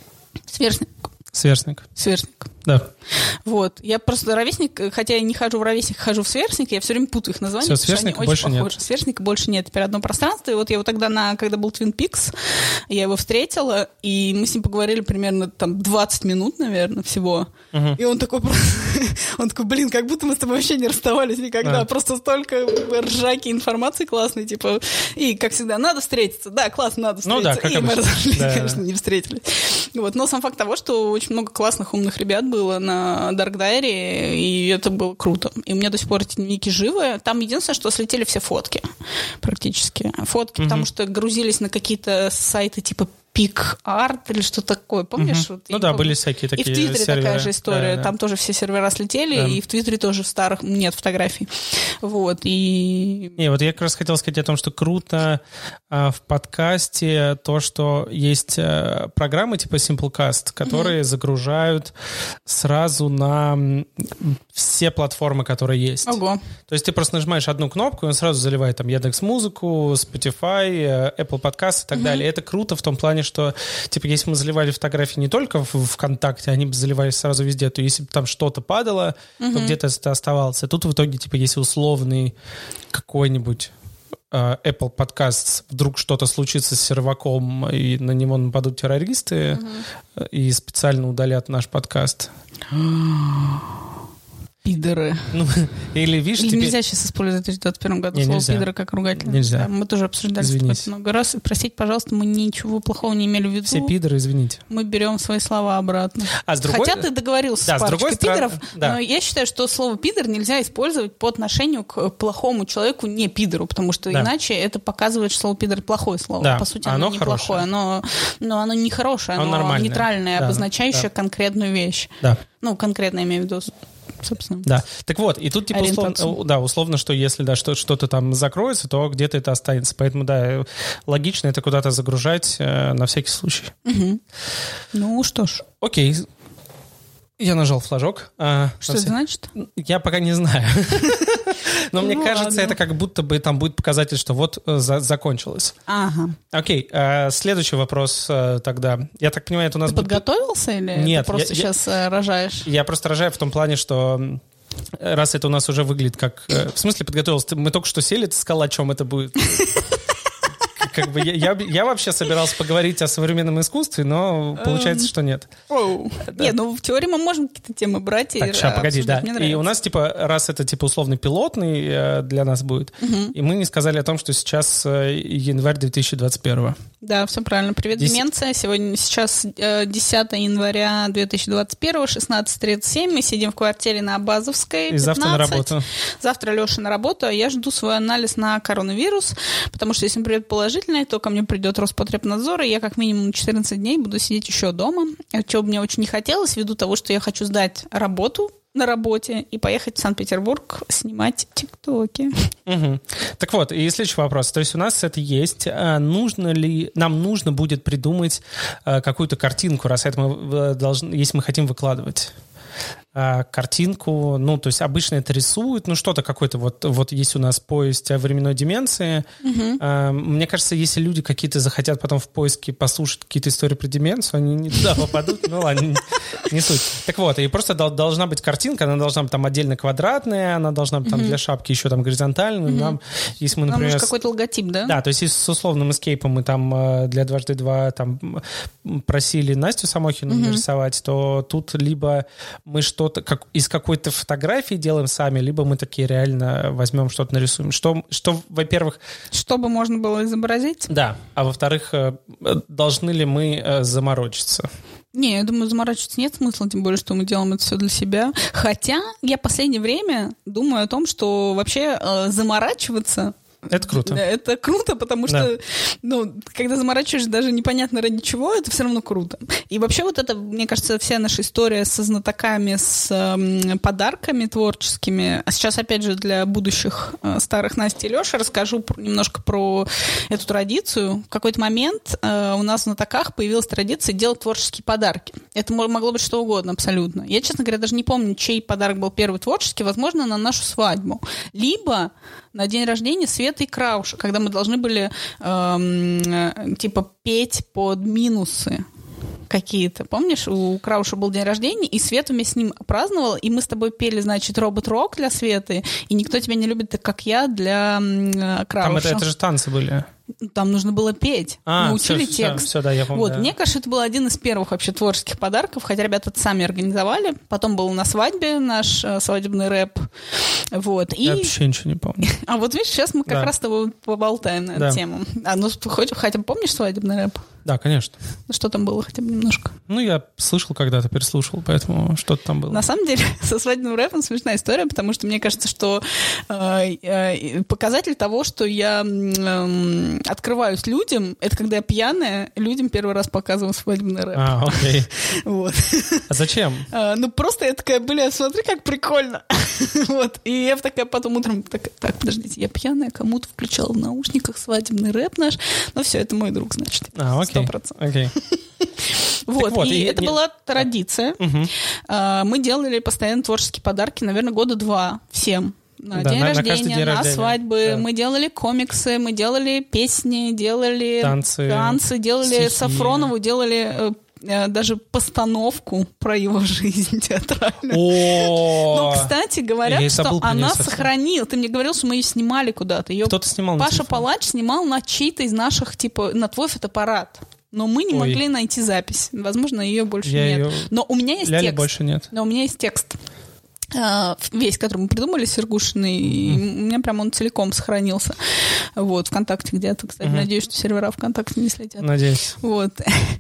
Сверстник. Да. Вот. Я просто ровесник, хотя я не хожу в ровесник, хожу в сверстник, я все время путаю их названия. Все, сверстника больше нет. Сверстника больше нет, теперь одно пространство. И вот я его тогда, когда был Twin Peaks, я его встретила, и мы с ним поговорили примерно там 20 минут, наверное, всего. И он такой просто... Он такой, блин, как будто мы с тобой вообще не расставались никогда. Просто столько ржаки, информации классной, типа... И, как всегда, надо встретиться. Да, классно, надо встретиться. Ну да, как и мы разошлись, да. конечно, не встретились. Вот. Но сам факт того, что очень много классных, умных ребят было на Dark Diary, и это было круто. И у меня до сих пор эти дневники живы. Там единственное, что слетели все фотки практически. Фотки, потому что грузились на какие-то сайты типа PicArt или что такое, помнишь? Вот, да, были всякие такие серверы. И в Твиттере такая же история. Да. Там тоже все сервера слетели, и в Твиттере тоже старых нет фотографий. Вот, и... вот я как раз хотел сказать о том, что круто в подкасте то, что есть программы типа Simplecast, которые загружают сразу на все платформы, которые есть. Ого. То есть ты просто нажимаешь одну кнопку, и он сразу заливает там Яндекс.Музыку, Spotify, Apple Podcast и так далее. И это круто в том плане, что, типа, если мы заливали фотографии не только в ВКонтакте, они бы заливались сразу везде, то если бы там что-то падало, то где-то это оставалось. А тут в итоге, типа, если условный какой-нибудь Apple Podcasts, вдруг что-то случится с серваком, и на него нападут террористы, и специально удалят наш подкаст. Пидоры. Ну, или, видишь, или теперь... нельзя сейчас использовать в 2021 году слово нельзя. пидоры как ругательное. Нельзя. Да, мы тоже обсуждали это много раз. И простите, пожалуйста, мы ничего плохого не имели в виду. Все пидоры, извините. Мы берем свои слова обратно. Хотя ты договорился с парочкой пидоров, но я считаю, что слово пидор нельзя использовать по отношению к плохому человеку, не пидору, потому что иначе это показывает, что слово пидор плохое слово. Да. По сути, оно неплохое, но оно не хорошее, оно нейтральное, обозначающее конкретную вещь. Да. Ну, конкретно имею в виду. Собственно. Да. Так вот, и тут типа условно, что если что-то там закроется, то где-то это останется. Поэтому, да, логично это куда-то загружать на всякий случай. Угу. Ну, что ж. Окей. Я нажал флажок. Что это значит? Я пока не знаю. Но мне кажется, это как будто бы там будет показатель, что вот закончилось. Ага. Окей. Следующий вопрос тогда. Я так понимаю, это у нас... Ты подготовился или Нет, ты просто сейчас рожаешь? Я просто рожаю в том плане, что раз это у нас уже выглядит как... В смысле подготовился? Мы только что сели, ты сказал, о чем это будет. Как бы я вообще собирался поговорить о современном искусстве, но получается, что нет. Да. Нет, ну в теории мы можем какие-то темы брать и сейчас, погоди, да. И у нас, типа, раз это, типа, условно пилотный для нас будет, и мы не сказали о том, что сейчас январь 2021. Да, все правильно. Привет, деменция. Сейчас 10 января 2021, 16:37. Мы сидим в квартире на Базовской, 15. И завтра на работу. Завтра Леша на работу, а я жду свой анализ на коронавирус, потому что если он придет положительный, то ко мне придет Роспотребнадзор, и я как минимум 14 дней буду сидеть еще дома, чего мне очень не хотелось, ввиду того, что я хочу сдать работу на работе и поехать в Санкт-Петербург снимать тиктоки. Угу. Так вот, и следующий вопрос. То есть у нас это есть. Нам нужно будет придумать какую-то картинку, раз это мы должны, если мы хотим выкладывать картинку, ну, то есть обычно это рисуют, ну, что-то какое-то, вот есть у нас повесть о временной деменции. Мне кажется, если люди какие-то захотят потом в поиске послушать какие-то истории про деменцию, они не туда попадут, ну, ладно, не суть. Так вот, и просто должна быть картинка, она должна быть там отдельно квадратная, она должна быть там для шапки еще там горизонтальная. Нам, если мы, например... Нам нужен какой-то логотип, да? Да, то есть если с условным эскейпом мы там для 2x2 там просили Настю Самохину нарисовать, то тут либо мы что-то из какой-то фотографии делаем сами, либо мы такие реально возьмем что-то нарисуем. Что, во-первых... Чтобы можно было изобразить? Да. А во-вторых, должны ли мы заморочиться? Не, я думаю, заморачиваться нет смысла, тем более, что мы делаем это все для себя. Хотя я в последнее время думаю о том, что вообще заморачиваться... Это круто. Да, это круто, потому что, ну, когда заморачиваешь даже непонятно ради чего, это все равно круто. И вообще вот это, мне кажется, вся наша история со знатоками, с подарками творческими. А сейчас, опять же, для будущих старых Насти и Леши расскажу немножко про эту традицию. В какой-то момент у нас в знатоках появилась традиция делать творческие подарки. Это могло быть что угодно абсолютно. Я, честно говоря, даже не помню, чей подарок был первый творческий, возможно, на нашу свадьбу. Либо на день рождения Светы и Крауша, когда мы должны были типа петь под минусы какие-то. Помнишь, у Крауша был день рождения, и Света вместе с ним праздновала, и мы с тобой пели, значит, робот-рок для Светы, и никто тебя не любит так, как я, для Крауша. Там это же танцы были. Там нужно было петь. Мы учили текст. Все, да, я помню. Вот, да. Мне кажется, это был один из первых вообще творческих подарков, хотя ребята это сами организовали. Потом был на свадьбе наш свадебный рэп. Вот. Я вообще ничего не помню. А вот видишь, сейчас мы как раз с тобой поболтаем на эту тему. Ну, хотя бы помнишь свадебный рэп? Да, конечно. Что там было хотя бы немножко? Ну, я слышал когда-то, переслушал, поэтому что-то там было. На самом деле, со свадебным рэпом смешная история, потому что мне кажется, что показатель того, что я открываюсь людям, это когда я пьяная, людям первый раз показываю свадебный рэп. Окей. Вот. А зачем? Ну, просто я такая, смотри, как прикольно. Вот. И я такая потом утром, так, подождите, я пьяная, кому-то включала в наушниках свадебный рэп наш. Ну, все, это мой друг, значит. Окей. 100%. Окей. Вот, и это была традиция. Мы делали постоянно творческие подарки, наверное, 2 года всем. на Да, день на рождения, каждый день на рождения. свадьбы. Да. Мы делали комиксы, мы делали песни, делали танцы, делали стихи. Сафронову, делали даже постановку про его жизнь театральную. О, Но, кстати, говорят, я что забыл про она неё совсем. сохранила. Ты мне говорил, что мы ее снимали куда-то. Её Кто-то снимал на Паша телефон. Палач снимал на чей-то из наших, типа, на твой фотоаппарат. Но мы не Ой. могли найти запись. Возможно, ее больше Я нет. её- Но у меня есть Ляли текст. больше нет. Но у меня есть текст. Весь, который мы придумали, Сергушиной, и у меня прям он целиком сохранился. Вот, ВКонтакте где-то, кстати. Надеюсь, что сервера ВКонтакте не слетят. Надеюсь. Вот.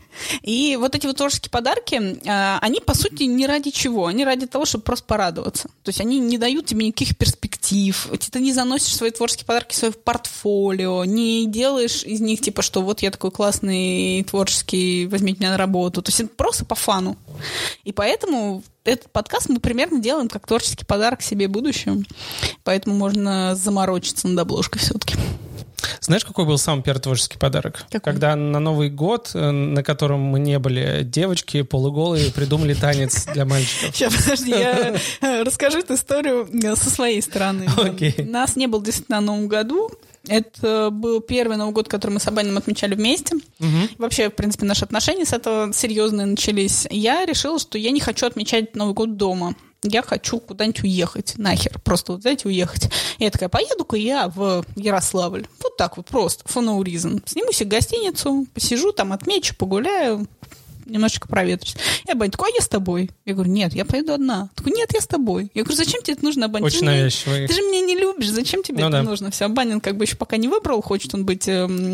И вот эти вот творческие подарки, они, по сути, не ради чего. Они ради того, чтобы просто порадоваться. То есть они не дают тебе никаких перспектив. Ты не заносишь свои творческие подарки в свое портфолио, не делаешь из них, типа, что вот я такой классный творческий, возьмите меня на работу. То есть это просто по фану. И поэтому этот подкаст мы примерно делаем как творческий подарок себе будущему. Поэтому можно заморочиться над обложкой все-таки. Знаешь, какой был самый первый творческий подарок? Какой? Когда на Новый год, на котором мы не были девочки, полуголые, придумали танец для мальчиков. Сейчас, подожди, я расскажу эту историю со своей стороны. Окей. Нас не было действительно на Новом году. Это был первый Новый год, который мы с Абаниным отмечали вместе. Вообще, в принципе, наши отношения с этого серьезные начались. Я решила, что я не хочу отмечать Новый год дома. Я хочу куда-нибудь уехать, нахер, просто вот взять и уехать. И я такая, поеду-ка я в Ярославль. Вот так вот просто, for no reason. Сниму себе гостиницу, посижу там, отмечу, погуляю, немножечко проветрюсь. И Абань такой, а я с тобой? Я говорю, нет, я поеду одна. Такой, нет, я с тобой. Я говорю, зачем тебе это нужно, Абань? Очень навязчивый. Ты же меня не любишь, зачем тебе это нужно? Все, Абанин как бы еще пока не выбрал, хочет он быть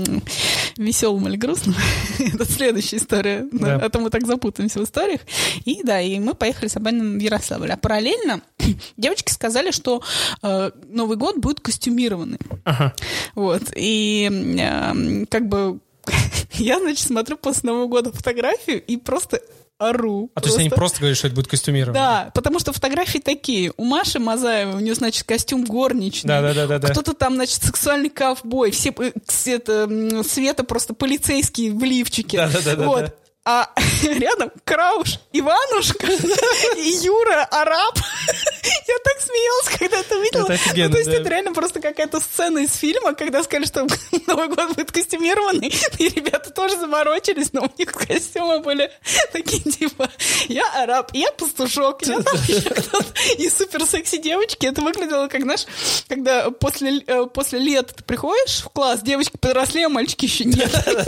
веселым или грустным. Это следующая история. Да. А то мы так запутаемся в историях. И да, и мы поехали с Абаниным в Ярославль. А параллельно девочки сказали, что Новый год будет костюмированный. Ага. Вот. И как бы я, значит, смотрю после Нового года фотографию и просто ору. А то есть они просто говорят, что это будет костюмировано? Да, потому что фотографии такие. У Маши Мазаевой, у нее, значит, костюм горничный. Да. Кто-то там, значит, сексуальный ковбой. Все Света просто полицейские в лифчике. Да. Вот. А рядом Крауш, Иванушка и Юра, араб. Я так смеялась, когда это увидела. Это офигенно, то есть да. это реально просто какая-то сцена из фильма, когда сказали, что Новый год будет костюмированный, и ребята тоже заморочились, но у них костюмы были такие, типа, я араб, я пастушок, я там еще кто-то. И супер секси девочки. Это выглядело как, знаешь, когда после лета ты приходишь в класс, девочки подросли, а мальчики еще нет.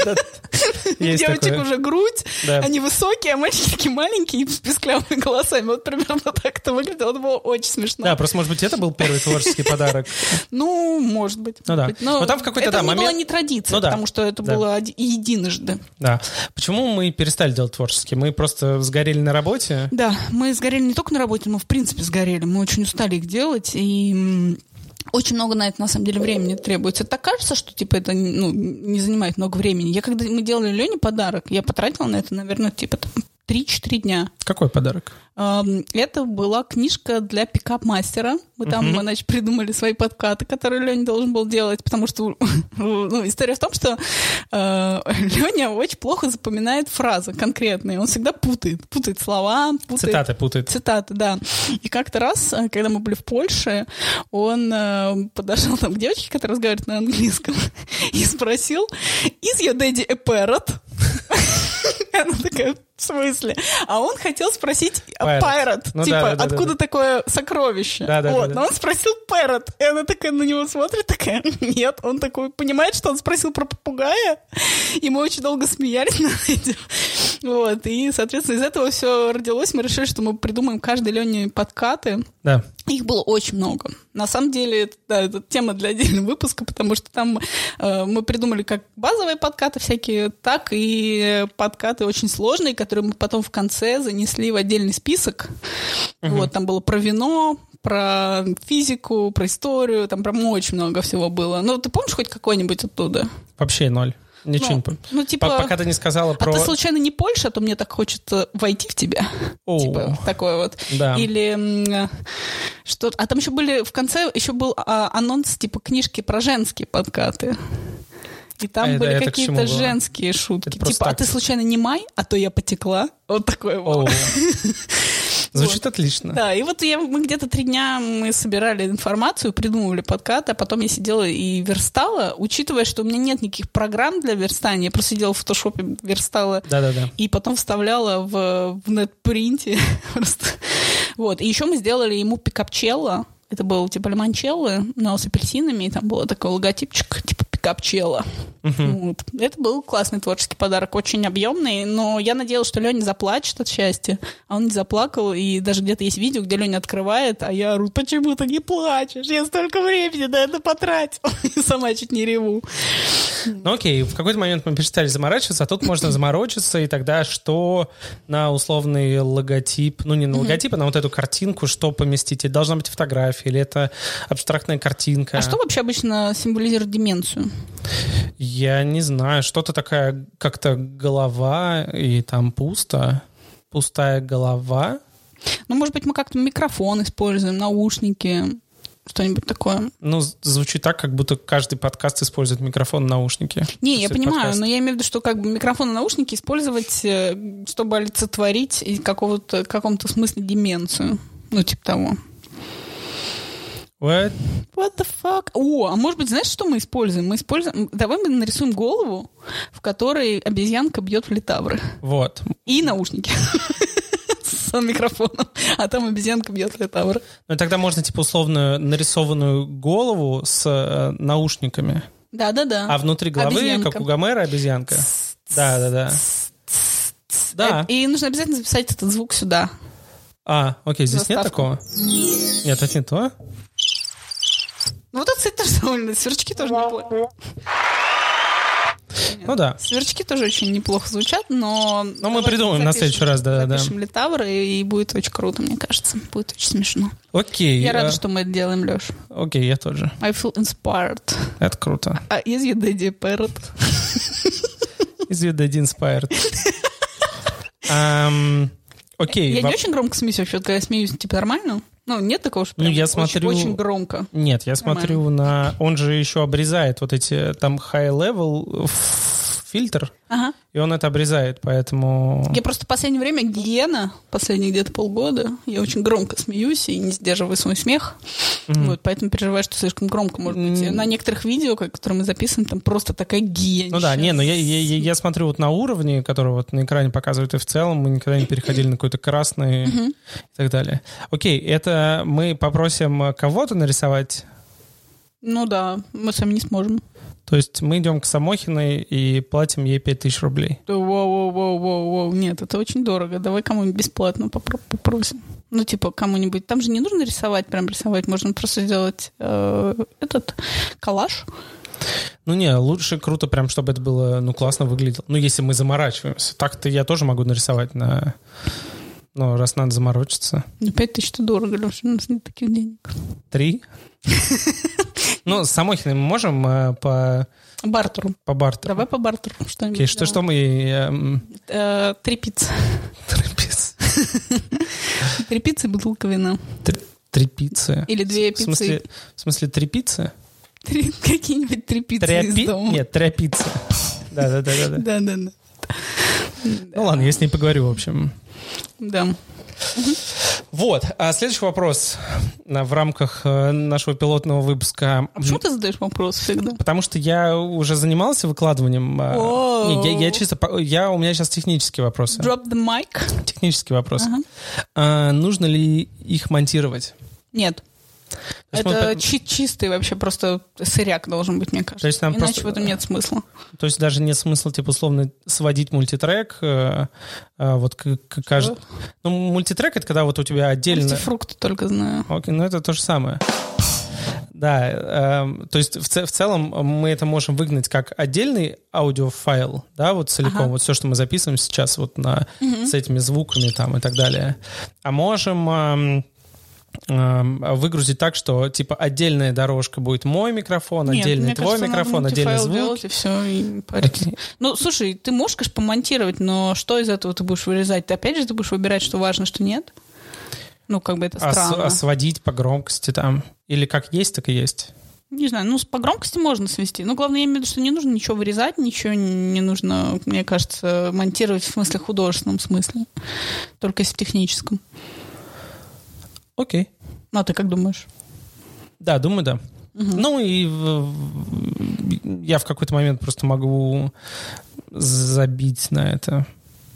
Девочек уже грудь, Да. они высокие, а мальчики такие маленькие с писклявыми голосами. Вот примерно так это выглядело. Это было очень смешно. Да, просто, может быть, это был первый творческий подарок. Ну, может быть. Ну да. Но там в какой-то, это да, не момент... была не традиция, Ну да. потому что это Да. было единожды. Да. Почему мы перестали делать творческий? Мы просто сгорели на работе? Да, мы сгорели не только на работе, мы в принципе сгорели. Мы очень устали их делать, и очень много на это, на самом деле, времени требуется. Так кажется, что, типа, это не занимает много времени. Когда мы делали Лене подарок, я потратила на это, наверное, типа, 3-4 дня. Какой подарок? Это была книжка для пикап-мастера. Мы там, значит, придумали свои подкаты, которые Леня должен был делать, потому что история в том, что Леня очень плохо запоминает фразы конкретные. Он всегда путает слова, путает. Цитаты, да. И как-то раз, когда мы были в Польше, он подошел там к девочке, которая разговаривает на английском, и спросил, «Is your daddy a parrot?» Она такая, в смысле? А он хотел спросить «Pirate», ну, типа, да, откуда такое сокровище? Да. Но он спросил «Parrot», и она такая на него смотрит, такая, нет. Он такой понимает, что он спросил про попугая, и мы очень долго смеялись над этим. Вот, и, соответственно, из этого все родилось. Мы решили, что мы придумаем каждой Лене подкаты. Да. Их было очень много. На самом деле, это тема для отдельного выпуска, потому что там мы придумали как базовые подкаты всякие, так и подкаты очень сложные, которые мы потом в конце занесли в отдельный список. Вот, там было про вино, про физику, про историю, там прям очень много всего было. Ну, ты помнишь хоть какой-нибудь оттуда? Вообще ноль. Ничего не помню. Типа, пока ты не сказала про... А ты случайно не Польша, а то мне так хочется войти в тебя. Типа такое вот. Да. Или что-то. А там еще были, в конце еще был анонс типа книжки про женские подкаты. И там были какие-то женские шутки. Типа, а ты случайно не Май, а то я потекла. Вот такое вот. Звучит отлично. Да, и вот мы где-то 3 дня мы собирали информацию, придумывали подкат, а потом я сидела и верстала, учитывая, что у меня нет никаких программ для верстания. Я просто сидела в фотошопе, верстала. Да-да-да. И потом вставляла в нетпринте. Вот. И еще мы сделали ему пикапчелло. Это был типа лимончелло, но с апельсинами, и там был такой логотипчик, типа пикапчелло. Вот. Это был классный творческий подарок, очень объемный, но я надеялась, что Леня заплачет от счастья, а он не заплакал, и даже где-то есть видео, где Леня открывает, а я ору: почему ты не плачешь? Я столько времени на это потратила. И сама чуть не реву. Ну окей, в какой-то момент мы перестали заморачиваться, а тут можно заморочиться, и тогда что на условный логотип, ну не на логотип, а на вот эту картинку, что поместить? Это должна быть фотография или это абстрактная картинка? А что вообще обычно символизирует деменцию? Я не знаю, что-то такая как-то голова, и там пусто, пустая голова. Ну, может быть, мы как-то микрофон используем, наушники, что-нибудь такое. Ну, звучит так, как будто каждый подкаст использует микрофон и наушники. Не, я понимаю, но я имею в виду, что как бы микрофон и наушники использовать, чтобы олицетворить в каком-то смысле деменцию. Ну, типа того. What the fuck? О, а может быть, знаешь, что мы используем? Давай мы нарисуем голову, в которой обезьянка бьет в литавры. Вот. И наушники. С микрофоном. А там обезьянка бьет в литавры. Ну, тогда можно, типа, условно нарисованную голову с наушниками. Да-да-да. А внутри головы, обезьянка. Как у Гомера, обезьянка. Да-да-да. Да. И нужно обязательно записать этот звук сюда. А, окей, здесь заставку. Нет такого? Нет, это не то. Ну, вот это, кстати, тоже довольно... Сверчки тоже неплохо. Ну да. Сверчки тоже очень неплохо звучат, но... Ну, мы придумаем на следующий раз, да. Запишем литавры, и будет очень круто, мне кажется. Будет очень смешно. Окей. Я рада, что мы это делаем, Леш. Окей, я тоже. I feel inspired. Это круто. Is your daddy a parrot? Is your daddy inspired? Окей. Я не очень громко смеюсь вообще, когда я смеюсь, типа, нормально? Ну, нет такого, что прям я смотрю... очень громко. Нет, я смотрю на... Он же еще обрезает вот эти там high-level фильтр, и он это обрезает, поэтому... Я просто в последнее время гиена, последние где-то полгода, я очень громко смеюсь и не сдерживаю свой смех, вот, поэтому переживаю, что слишком громко, может быть. На некоторых видео, которые мы записываем, там просто такая гиена. Ну да, но я смотрю вот на уровне, который вот на экране показывают, и в целом мы никогда не переходили на какой-то красный и так далее. Окей, это мы попросим кого-то нарисовать? Ну да, мы сами не сможем. То есть мы идем к Самохиной и платим ей 5000 рублей. Воу, нет, это очень дорого. Давай кому-нибудь бесплатно попросим. Ну, типа, кому-нибудь. Там же не нужно рисовать, можно просто сделать этот коллаж. Ну, не, лучше круто прям, чтобы это было, классно выглядело. Ну, если мы заморачиваемся. Так-то я тоже могу нарисовать на... Ну, раз надо заморочиться. 5000 дорого, Леша, у нас нет таких денег. 3? Ну, с Самохиной мы можем по... Бартеру. По бартеру. Давай по бартеру что-нибудь. Окей, что мы... 3 пиццы. 3 пиццы. 3 пиццы и бутылка вина. 3 пиццы. Или 2 пиццы. В смысле 3 пиццы? Какие-нибудь 3 пиццы из дома. Нет, 3 пиццы. Да. Да. Ну ладно, я с ней поговорю, в общем. Да. Вот. А следующий вопрос в рамках нашего пилотного выпуска. А почему ты задаешь вопрос всегда? Потому что я уже занимался выкладыванием. Я чисто... У меня сейчас технические вопросы. Drop the mic. Технические вопросы. Нужно ли их монтировать? Нет. Это чистый вообще просто сыряк должен быть, мне кажется. То есть нам иначе в этом нет смысла. То есть даже нет смысла, типа, условно, сводить мультитрек. Вот каждый... Ну, мультитрек — это когда вот у тебя отдельно... Мультифрукты только знаю. Окей, ну это то же самое. Да, то есть в целом мы это можем выгнать как отдельный аудиофайл, да, вот целиком, вот все, что мы записываем сейчас вот с этими звуками там и так далее. А можем... выгрузить так, что типа отдельная дорожка будет мой микрофон, отдельный твой микрофон, отдельный звук. Делать, и все, и okay. Ну, слушай, ты можешь, конечно, помонтировать, но что из этого ты будешь вырезать? Ты опять же будешь выбирать, что важно, что нет? Ну, как бы это странно. А сводить по громкости там? Или как есть, так и есть? Не знаю, ну, по громкости можно свести. Но главное, я имею в виду, что не нужно ничего вырезать, ничего не нужно, мне кажется, монтировать в смысле художественном смысле. Только если в техническом. Окей. Ну, а ты как думаешь? Да, думаю, да. Ну и я в какой-то момент просто могу забить на это.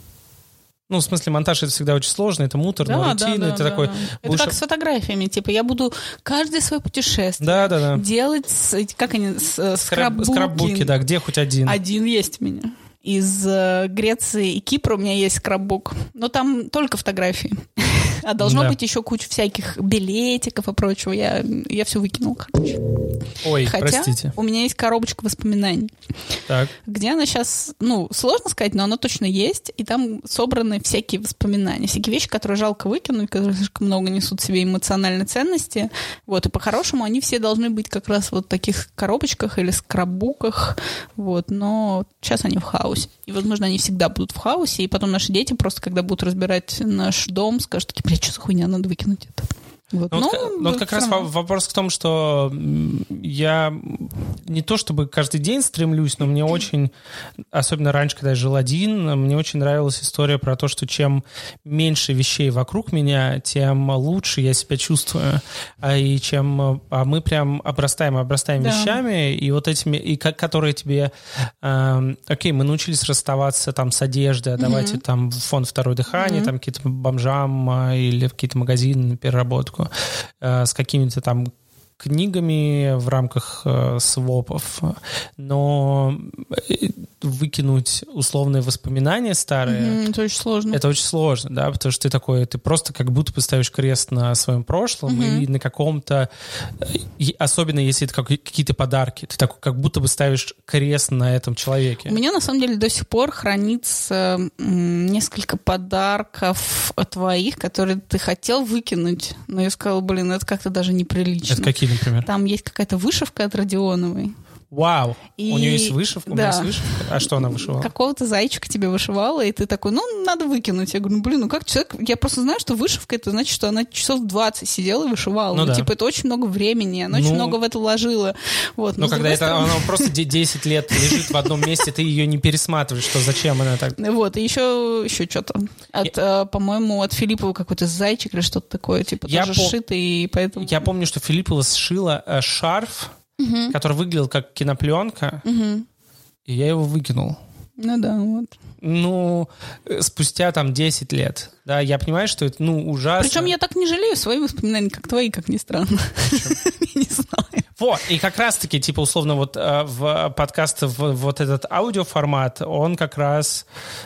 Ну, в смысле, монтаж — это всегда очень сложно, это муторно, рутинно, это такой... Это как с фотографиями, типа, я буду каждое свое путешествие делать, как они, скраббуки, да, где хоть один. Один есть у меня. Из Греции и Кипра у меня есть скраббук, но там только фотографии. А должно быть еще куча всяких билетиков и прочего. Я все выкинула, короче. Ой, хотя простите. У меня есть коробочка воспоминаний. Так. Где она сейчас, ну, сложно сказать, но она точно есть. И там собраны всякие воспоминания. Всякие вещи, которые жалко выкинуть, которые слишком много несут в себе эмоциональной ценности. Вот, и по-хорошему они все должны быть как раз вот в таких коробочках или скраббуках. Вот, но сейчас они в хаосе. И, возможно, они всегда будут в хаосе. И потом наши дети просто, когда будут разбирать наш дом, скажут такие: блядь, что за хуйня, надо выкинуть это. Вот. Вот как раз вопрос в том, что я не то чтобы каждый день стремлюсь, но мне очень, особенно раньше, когда я жил один, мне очень нравилась история про то, что чем меньше вещей вокруг меня, тем лучше я себя чувствую. И чем мы прям обрастаем вещами, и вот этими, и которые тебе... окей, мы научились расставаться там с одеждой, отдавать там в фонд «Второе дыхание», там какие-то бомжам или в какие-то магазины на переработку, с какими-то там книгами в рамках свопов, но выкинуть условные воспоминания старые... Это очень сложно. Это очень сложно, да, потому что ты просто как будто бы ставишь крест на своем прошлом и на каком-то... Особенно если это какие-то подарки. Ты такой как будто бы ставишь крест на этом человеке. У меня, на самом деле, до сих пор хранится несколько подарков твоих, которые ты хотел выкинуть, но я сказала, блин, это как-то даже неприлично. Это какие, например? Там есть какая-то вышивка от Родионовой. Вау! И... У нее есть вышивка? Да. У меня есть вышивка? А что она вышивала? Какого-то зайчика тебе вышивала, и ты такой, ну, надо выкинуть. Я говорю, ну, блин, ну как человек... Я просто знаю, что вышивка — это значит, что она часов 20 сидела и вышивала. Ну, да. Типа, это очень много времени, она очень много в это вложила. Вот. Но когда она просто 10 лет лежит в одном месте, ты ее не пересматриваешь, что зачем она так... Вот, и еще что-то. По-моему, от Филиппова какой-то зайчик или что-то такое, типа, тоже сшитый, и поэтому... Я помню, что Филиппова сшила шарф, который выглядел как кинопленка, и я его выкинул. Ну да, вот. Ну, спустя там 10 лет. Да, я понимаю, что это, ужасно. Причем я так не жалею свои воспоминания, как твои, как ни странно. Я не знаю. Вот, и как раз-таки, типа, условно, вот в подкасте вот этот аудиоформат, он как раз...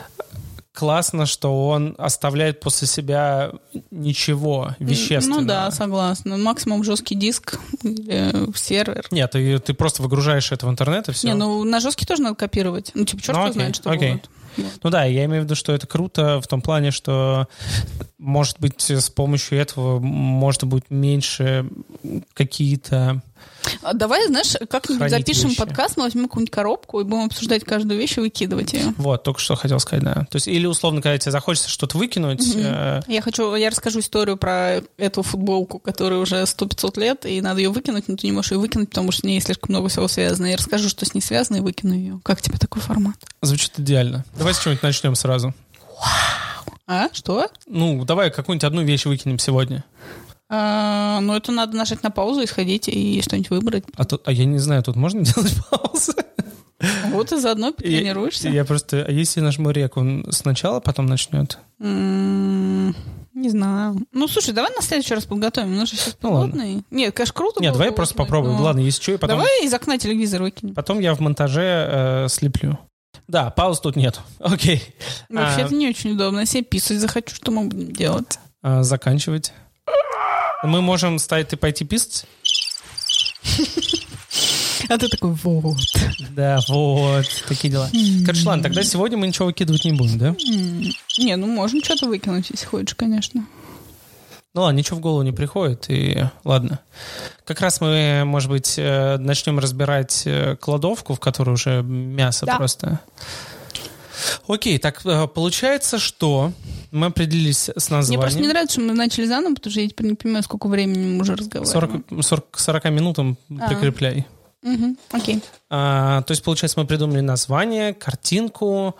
Классно, что он оставляет после себя ничего вещественного. Ну да, согласна. Максимум жесткий диск или сервер. Нет, ты просто выгружаешь это в интернет и все. Не, на жесткий тоже надо копировать. Ну, типа, черт знает, что будет. Вот. Ну да, я имею в виду, что это круто в том плане, что, может быть, с помощью этого можно будет меньше какие-то... Давай, знаешь, как-нибудь запишем вещи. Подкаст, мы возьмем какую-нибудь коробку и будем обсуждать каждую вещь и выкидывать ее. Вот, только что хотел сказать, да. То есть, или условно, когда тебе захочется что-то выкинуть... Я расскажу историю про эту футболку, которая уже 100-500 лет, и надо ее выкинуть, но ты не можешь ее выкинуть, потому что с ней слишком много всего связано. Я расскажу, что с ней связано, и выкину ее. Как тебе такой формат? Звучит идеально. Давай с чего-нибудь начнем сразу. А? Что? Ну, давай какую-нибудь одну вещь выкинем сегодня. Ну, это надо нажать на паузу и сходить и что-нибудь выбрать. А я не знаю, тут можно делать паузы? Вот и заодно потренируешься. Я просто... А если я нажму рек, он сначала потом начнет? Не знаю. Ну, слушай, давай на следующий раз подготовим. У нас же сейчас голодный. Нет, конечно, круто. Нет, давай просто попробуем. Ладно, если что, и потом... Давай из окна телевизор выкинем. Потом я в монтаже слеплю. Да, пауз тут нет. Окей. Вообще, это не очень удобно. Если я писать захочу, что мы будем делать? Заканчивать. Мы можем встать и пойти писать? А ты такой, вот. Да, вот. Такие дела. Короче, ладно, тогда сегодня мы ничего выкидывать не будем, да? Не, можем что-то выкинуть, если хочешь, конечно. Ну ладно, ничего в голову не приходит, и ладно. Как раз мы, может быть, начнем разбирать кладовку, в которой уже мясо просто... Окей, так получается, что мы определились с названием. Мне просто не нравится, что мы начали заново, потому что я теперь не понимаю, сколько времени мы уже разговариваем. 40 минутам прикрепляй. Окей. То есть, получается, мы придумали название, картинку,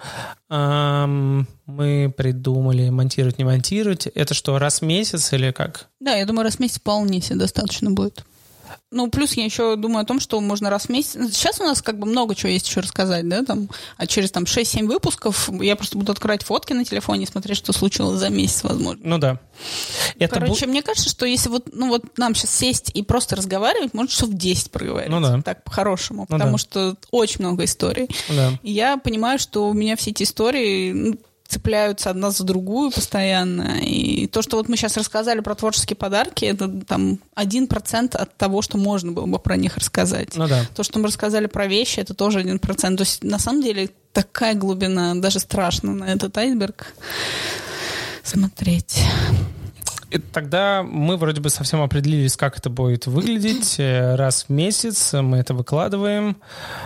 мы придумали монтировать, не монтировать. Это что, раз в месяц или как? Да, я думаю, раз в месяц вполне себе достаточно будет. Ну, плюс я еще думаю о том, что можно раз в месяц... Сейчас у нас как бы много чего есть еще рассказать, да, там, а через там 6-7 выпусков я просто буду открывать фотки на телефоне и смотреть, что случилось за месяц, возможно. Ну да. Короче, мне кажется, что если вот нам сейчас сесть и просто разговаривать, можно часов 10 проговорить. Ну да. Так, по-хорошему, потому что очень много историй. Да. И я понимаю, что у меня все эти истории... цепляются одна за другую постоянно. И то, что вот мы сейчас рассказали про творческие подарки, это там 1% от того, что можно было бы про них рассказать. Ну да. То, что мы рассказали про вещи, это тоже 1%. То есть на самом деле такая глубина, даже страшно на этот айсберг смотреть. И тогда мы вроде бы совсем определились, как это будет выглядеть. Раз в месяц мы это выкладываем.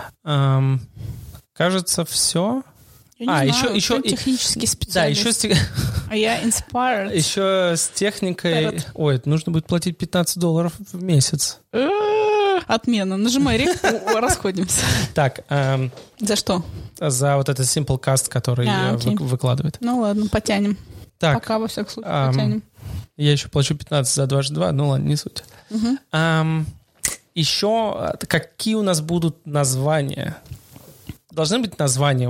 Кажется, все. Я не знаю, еще технический специалист. Да, еще а я inspired. Еще с техникой. Ой, нужно будет платить $15 в месяц. Отмена. Нажимай рек, расходимся. Так. За что? За вот этот Simple Cast, который выкладывает. Ну ладно, потянем. Так. Пока во всяком случае потянем. Я еще плачу 15 за дважды 2, ну ладно, не суть. Еще какие у нас будут названия? Должны быть названия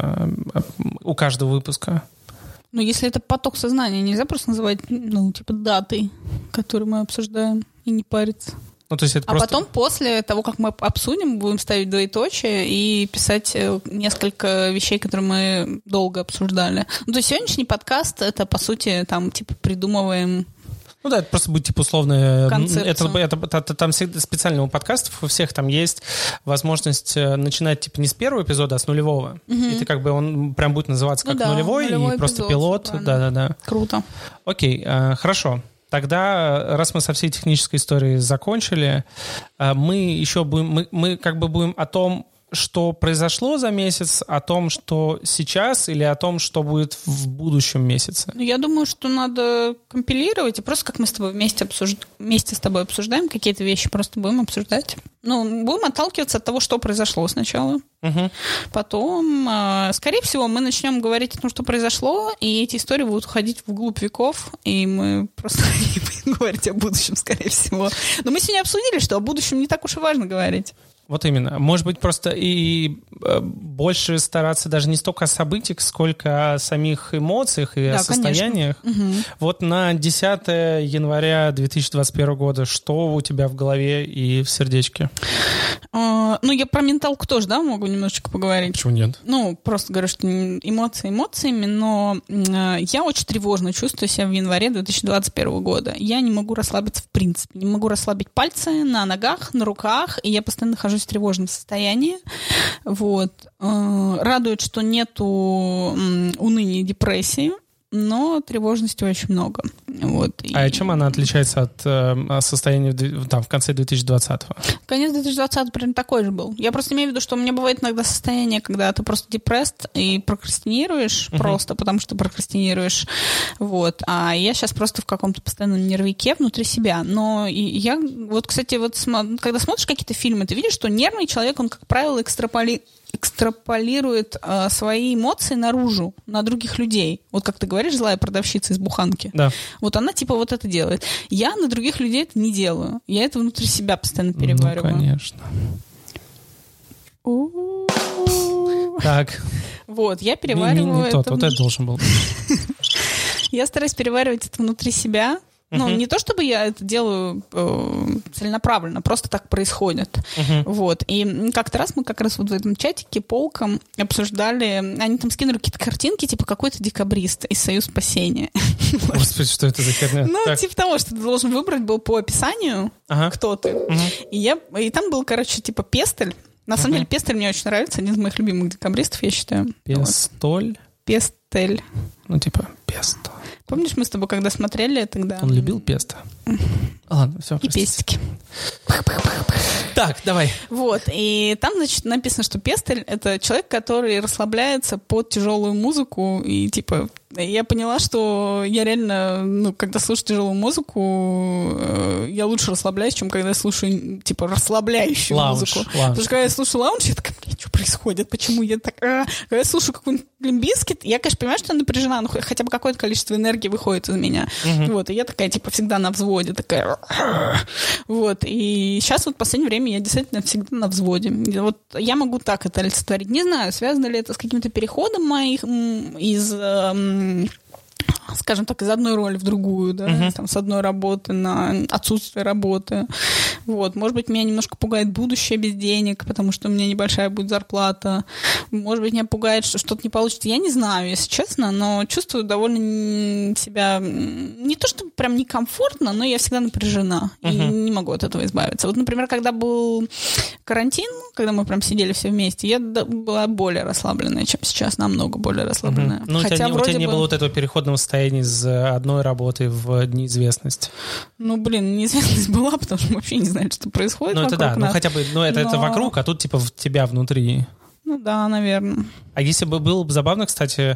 у каждого выпуска? Ну, если это поток сознания, нельзя просто называть, датой, которую мы обсуждаем, и не париться. Ну, то есть это просто... потом, после того, как мы обсудим, будем ставить двоеточие и писать несколько вещей, которые мы долго обсуждали. Ну, то есть сегодняшний подкаст, это, по сути, там, придумываем... Ну да, это просто будет условно. Это там всегда специально у подкастов у всех там есть возможность начинать не с первого эпизода, а с нулевого. И ты он прям будет называться как нулевой и просто пилот. Да. Круто. Окей, хорошо. Тогда, раз мы со всей технической историей закончили, мы еще будем о том, что произошло за месяц, о том, что сейчас, или о том, что будет в будущем месяце? Я думаю, что надо компилировать, и просто как мы с тобой вместе с тобой обсуждаем какие-то вещи, просто будем обсуждать. Будем отталкиваться от того, что произошло сначала. Угу. Потом, скорее всего, мы начнем говорить о том, что произошло, и эти истории будут уходить вглубь веков, и мы просто не будем говорить о будущем, скорее всего. Но мы сегодня обсудили, что о будущем не так уж и важно говорить. Вот именно. Может быть, просто и больше стараться даже не столько о событиях, сколько о самих эмоциях и о состояниях. Угу. Вот на 10 января 2021 года что у тебя в голове и в сердечке? Я про менталку тоже, могу немножечко поговорить. Почему нет? Просто говорю, что эмоции эмоциями, но я очень тревожно чувствую себя в январе 2021 года. Я не могу расслабиться в принципе. Не могу расслабить пальцы на ногах, на руках, и я постоянно нахожусь в тревожном состоянии. Вот. Радует, что нету уныния и депрессии, но тревожности очень много. Вот. А чем она отличается от состояния в конце 2020-го? Конец 2020 прям такой же был. Я просто имею в виду, что у меня бывает иногда состояние, когда ты просто депресс и прокрастинируешь просто, потому что прокрастинируешь. Вот. А я сейчас просто в каком-то постоянном нервике внутри себя. Но я, кстати, когда смотришь какие-то фильмы, ты видишь, что нервный человек, он, как правило, экстраполирует свои эмоции наружу, на других людей. Вот как ты говоришь, злая продавщица из буханки. Да. Вот она вот это делает. Я на других людей это не делаю. Я это внутри себя постоянно перевариваю. Конечно. Так. Вот, я перевариваю не тот, вот это должен был. Я стараюсь переваривать это внутри себя. Не то, чтобы я это делаю целенаправленно, просто так происходит. Вот. И как-то раз мы как раз в этом чатике полком обсуждали, они там скинули какие-то картинки, типа какой-то декабрист из Союз спасения. Господи, что это за херня? Типа того, что ты должен выбрать был по описанию, кто ты. И там был, типа Пестель. На самом деле Пестель мне очень нравится, один из моих любимых декабристов, я считаю. Пестель? Пестель. Типа песто. Помнишь, мы с тобой когда смотрели тогда? Он любил песто. Ладно, все. И пестики. Так, давай. Вот, и там, значит, написано, что пестель — это человек, который расслабляется под тяжелую музыку, и, типа, я поняла, что я реально, ну, когда слушаю тяжелую музыку, я лучше расслабляюсь, чем когда я слушаю, типа, расслабляющую музыку. Потому что когда я слушаю лаунж, я такая, блин, что происходит, почему я так... Когда я слушаю какой-нибудь Limp Bizkit, я, конечно, понимаю, что я напряжена, но хотя бы какое-то количество энергии выходит из меня. Вот, и я такая, типа, всегда на взводе, такая... Вот, и сейчас вот в последнее время я действительно всегда на взводе. Вот я могу так это олицетворить. Не знаю, связано ли это с каким-то переходом моих из... скажем так, из одной роли в другую, да, там, с одной работы на отсутствие работы. Вот. Может быть, меня немножко пугает будущее без денег, потому что у меня небольшая будет зарплата. Может быть, меня пугает, что что-то не получится. Я не знаю, если честно, но чувствую довольно себя... Не то, что прям некомфортно, но я всегда напряжена. И не могу от этого избавиться. Вот, например, когда был карантин, когда мы прям сидели все вместе, я была более расслабленная, чем сейчас, намного более расслабленная. Ну, хотя у тебя не было вот этого переходного состояния из одной работы в неизвестность. Ну, блин, неизвестность была, потому что мы вообще не знали, что происходит вокруг нас. Ну, хотя бы, это вокруг, а тут, типа, в тебя внутри. Ну, да, наверное. А если бы было бы забавно, кстати,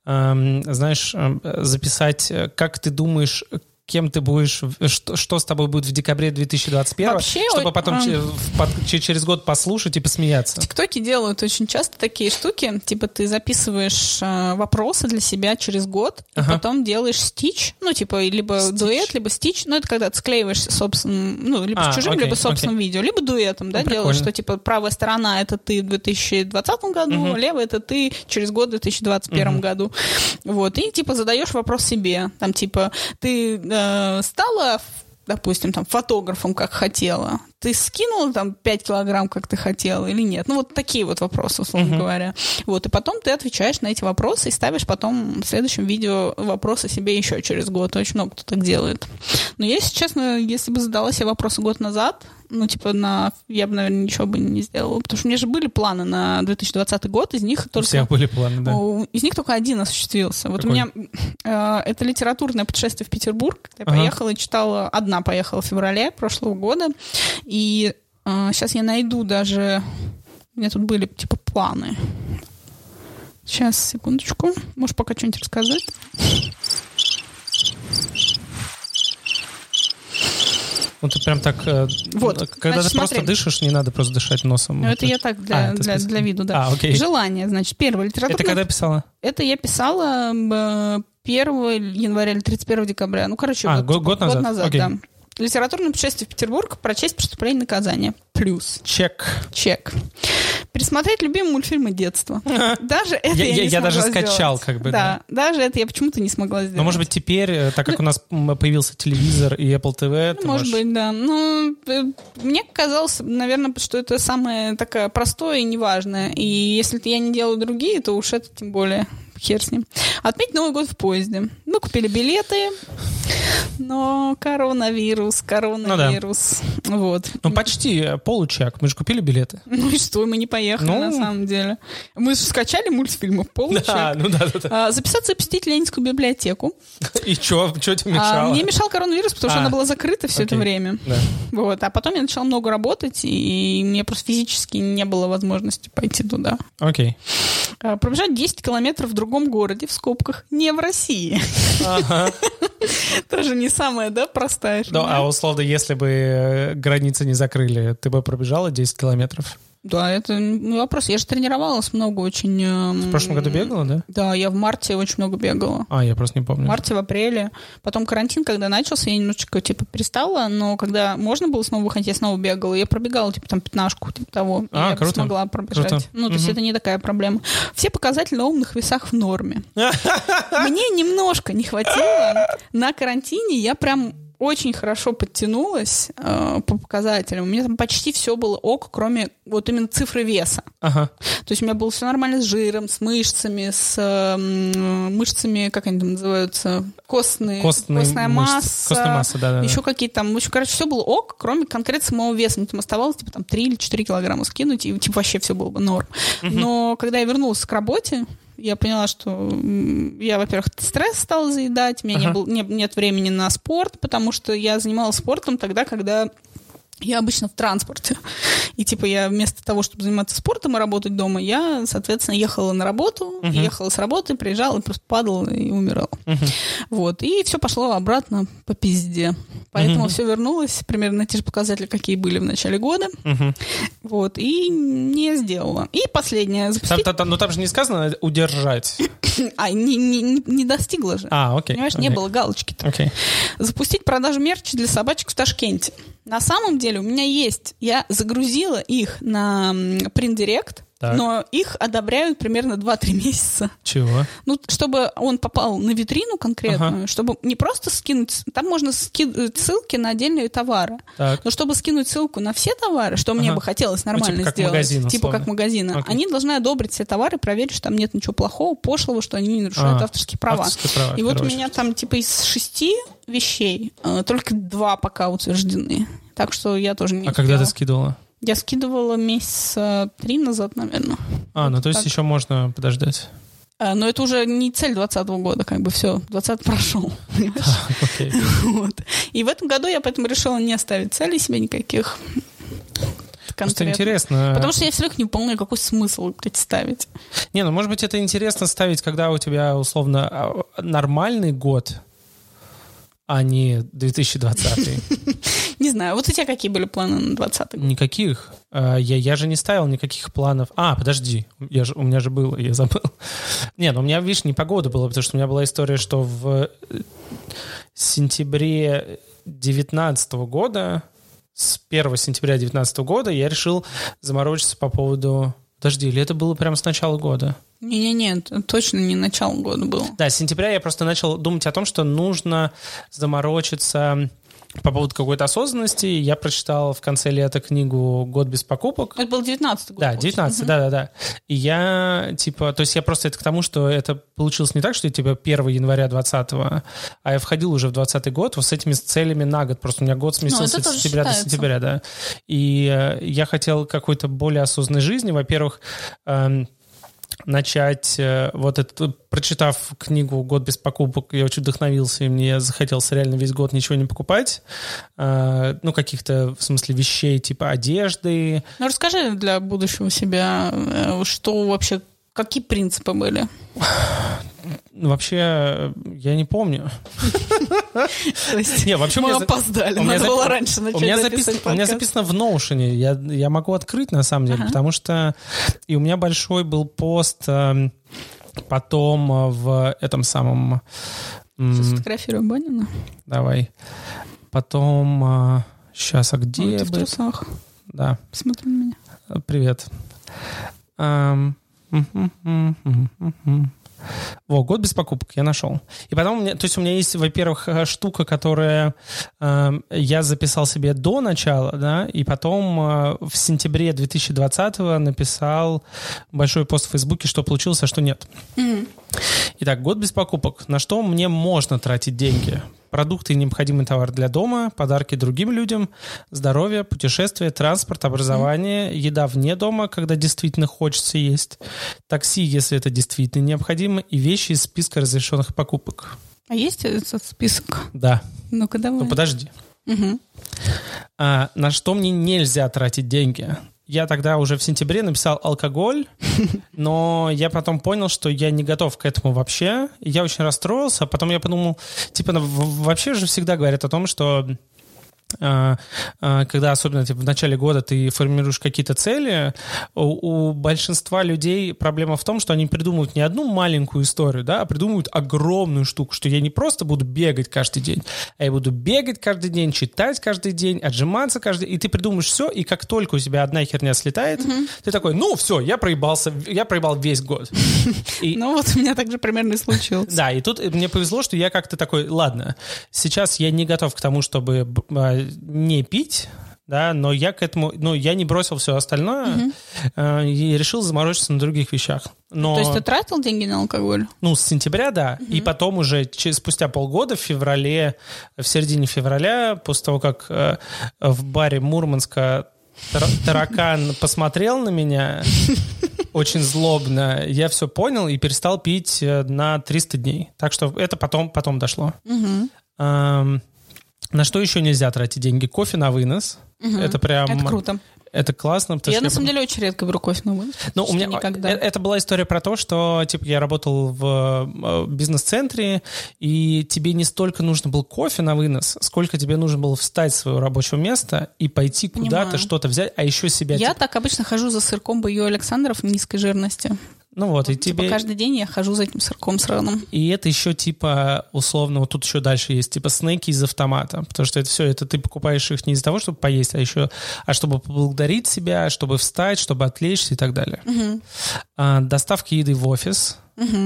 знаешь, записать, как ты думаешь... кем ты будешь, что с тобой будет в декабре 2021, вообще, чтобы потом через год послушать и посмеяться. В ТикТоке делают очень часто такие штуки, типа ты записываешь вопросы для себя через год, и потом делаешь стич, ну, типа, либо дуэт, либо стич, ну, это когда ты склеиваешь собственным, ну, либо с чужим, либо собственным видео, либо дуэтом, да, делаешь, что, типа, правая сторона — это ты в 2020 году, левая — это ты через год в 2021 году. Вот, и, типа, задаешь вопрос себе, там, типа, ты стала, допустим, там, фотографом, как хотела, ты скинула там 5 килограмм, как ты хотела, или нет? Ну, вот такие вот вопросы, условно говоря. Вот, и потом ты отвечаешь на эти вопросы и ставишь потом в следующем видео вопросы себе еще через год. Очень много кто так делает. Но я, если честно, если бы задала себе вопросы год назад, ну, типа, я бы, наверное, ничего бы не сделала. Потому что у меня же были планы на 2020 год, из них только... У всех были планы, да. Из них только один осуществился. Вот какой? У меня это литературное путешествие в Петербург. Я поехала и читала... Одна поехала в феврале прошлого года. И сейчас я найду даже... У меня тут были, типа, планы. Сейчас, секундочку. Можешь пока что-нибудь рассказать? Ну, ты прям так... Вот, когда значит, ты просто дышишь, не надо просто дышать носом. Ну, это я так для виду, да. Окей. Желание, значит, первое. Литературное... Это когда писала? Это я писала 1 января или 31 декабря. Ну, короче, год назад. Год назад, да. Литературное путешествие в Петербург. Прочесть «Преступление и наказание». Плюс. Чек. Пересмотреть любимые мультфильмы детства. Даже это я даже скачал, как бы. Да, даже это я почему-то не смогла сделать. Но, может быть, теперь, так как у нас появился телевизор и Apple TV... Может быть, да. Ну, мне казалось, наверное, что это самое такое простое и неважное. И если я не делаю другие, то уж это тем более... Хер с ним. Отметить Новый год в поезде. Мы купили билеты, но коронавирус. Ну, вот. Ну, почти получек. Мы же купили билеты. Ну и что, мы не поехали, на самом деле. Мы же скачали мультфильмы, получек. Да. Записаться и посетить Ленинскую библиотеку. И что тебе мешало? Мне мешал коронавирус, потому что она была закрыта все это время. Да. Вот. А потом я начала много работать, и мне просто физически не было возможности пойти туда. Окей. Пробежать 10 километров в другом городе, в скобках, не в России. Ага. Тоже не самая, да, простая. Ну, а условно, если бы границы не закрыли, ты бы пробежала 10 километров? Да, это вопрос. Я же тренировалась много очень. В прошлом году бегала, да? Да, я в марте очень много бегала. Я просто не помню. В марте, в апреле. Потом карантин, когда начался, я немножечко, типа, перестала, но когда можно было снова выходить, я снова бегала. Я пробегала, типа, там, 15-ку, типа того. Я круто. смогла пробежать. Круто. Ну, то есть это не такая проблема. Все показатели на умных весах в норме. Мне немножко не хватило. На карантине я прям очень хорошо подтянулась по показателям. У меня там почти все было ок, кроме вот именно цифры веса. Ага. То есть у меня было все нормально с жиром, с мышцами, с мышцами, как они там называются, костная масса. Костная масса, да. Еще какие-то там, в общем, короче, все было ок, кроме конкретно самого веса. Мне там оставалось типа там 3 или 4 килограмма скинуть, и типа вообще все было бы норм. Но когда я вернулась к работе, я поняла, что я, во-первых, стресс стала заедать, у меня нет времени на спорт, потому что я занималась спортом тогда, когда я обычно в транспорте. И типа я вместо того, чтобы заниматься спортом и работать дома, я, соответственно, ехала на работу, ехала с работы, приезжала, просто падала и умирала. Вот. И все пошло обратно по пизде. Поэтому все вернулось примерно на те же показатели, какие были в начале года. Вот. И не сделала. И последнее. Но там же не сказано удержать. Не достигла же. Окей. Понимаешь, не было галочки-то. Окей. Запустить продажу мерча для собачек в Ташкенте. На самом деле у меня есть. Я загрузила их на Print Direct, но их одобряют примерно 2-3 месяца. Чего? Ну, чтобы он попал на витрину конкретную, чтобы не просто скинуть... Там можно скидывать ссылки на отдельные товары. Но чтобы скинуть ссылку на все товары, что мне бы хотелось нормально сделать, магазин, типа как магазина, они должны одобрить все товары, проверить, что там нет ничего плохого, пошлого, что они не нарушают авторские права. И вот у меня там типа из 6 вещей только 2 пока утверждены. Так что я тоже не когда ты скидывала? Я скидывала месяца 3 назад, наверное. Ну то есть еще можно подождать. Но это уже не цель 2020 года, как бы все, 20 прошел. Вот. И в этом году я поэтому решила не ставить целей себе никаких. Просто интересно. Потому что я все равно не помню, какой смысл представить. Не, ну может быть это интересно ставить, когда у тебя условно нормальный год, а не 2020. Не знаю. Вот у тебя какие были планы на 2020 год? Никаких. Я же не ставил никаких планов. Подожди. У меня же было, я забыл. Не, ну у меня, видишь, не погода была, потому что у меня была история, что в сентябре 2019 года, с 1 сентября 2019 года я решил заморочиться по поводу... Подожди, или это было прямо с начала года? Нет, точно не начало года было. Да, с сентября я просто начал думать о том, что нужно заморочиться по поводу какой-то осознанности. Я прочитал в конце лета книгу «Год без покупок». Это был 19-й год. Да, 19-й, да. И я, то есть я просто это к тому, что это получилось не так, что я 1 января 20-го, а я входил уже в 20-й год вот с этими целями на год. Просто у меня год сместился с сентября до сентября, да. И я хотел какой-то более осознанной жизни. Во-первых, начать, прочитав книгу «Год без покупок», я очень вдохновился, и мне захотелось реально весь год ничего не покупать. Каких-то, в смысле, вещей, типа одежды. Ну, расскажи для будущего себя, что вообще, какие принципы были? Вообще, я не помню. То есть мы опоздали, надо было раньше начать записывать подкаст. У меня записано в Notion, я могу открыть на самом деле, потому что и у меня большой был пост потом в этом самом... Сейчас сфотографирую Банина. Давай. Потом... Сейчас, а где... Ты в трусах. Да. Посмотри на меня. Привет. «Год без покупок» я нашел. И потом у меня есть, во-первых, штука, которая я записал себе до начала, да, и потом в сентябре 2020-го написал большой пост в Фейсбуке, что получилось, а что нет. Итак, «Год без покупок». На что мне можно тратить деньги? Продукты и необходимый товар для дома, подарки другим людям, здоровье, путешествия, транспорт, образование, еда вне дома, когда действительно хочется есть, такси, если это действительно необходимо, и вещи из списка разрешенных покупок. А есть этот список? Да. Ну-ка, давай. Ну, подожди. На что мне нельзя тратить деньги? Я тогда уже в сентябре написал алкоголь, но я потом понял, что я не готов к этому вообще. Я очень расстроился, а потом я подумал, вообще же всегда говорят о том, что когда особенно в начале года ты формируешь какие-то цели, у большинства людей проблема в том, что они придумывают не одну маленькую историю, да, а придумывают огромную штуку, что я не просто буду бегать каждый день, а я буду бегать каждый день, читать каждый день, отжиматься каждый день, и ты придумаешь все, и как только у тебя одна херня слетает, ты такой, все, я проебал весь год. Ну вот у меня так же примерно и случилось. Да, и тут мне повезло, что я как-то такой, ладно, сейчас я не готов к тому, чтобы не пить, да, но я к этому, я не бросил все остальное и решил заморочиться на других вещах. То есть ты тратил деньги на алкоголь? С сентября, да, и потом уже спустя полгода, в середине февраля, после того, как в баре Мурманска таракан посмотрел на меня очень злобно, я все понял и перестал пить на 300 дней. Так что это потом дошло. На что еще нельзя тратить деньги? Кофе на вынос. Это прям... Это круто. Это классно. Я на самом деле очень редко беру кофе на вынос. Ну, у меня никогда. Это была история про то, что типа я работал в бизнес-центре, и тебе не столько нужно был кофе на вынос, сколько тебе нужно было встать с своего рабочего места и пойти куда-то что-то взять, а еще себя... Я так обычно хожу за сырком Б.Ю. Александров низкой жирности. Ну вот, и типа тебе... каждый день я хожу за этим сырком сраным. И это еще типа, условно, вот тут еще дальше есть, типа снеки из автомата, потому что это все, это ты покупаешь их не из-за того, чтобы поесть, а чтобы поблагодарить себя, чтобы встать, чтобы отвлечься и так далее. Доставки еды в офис,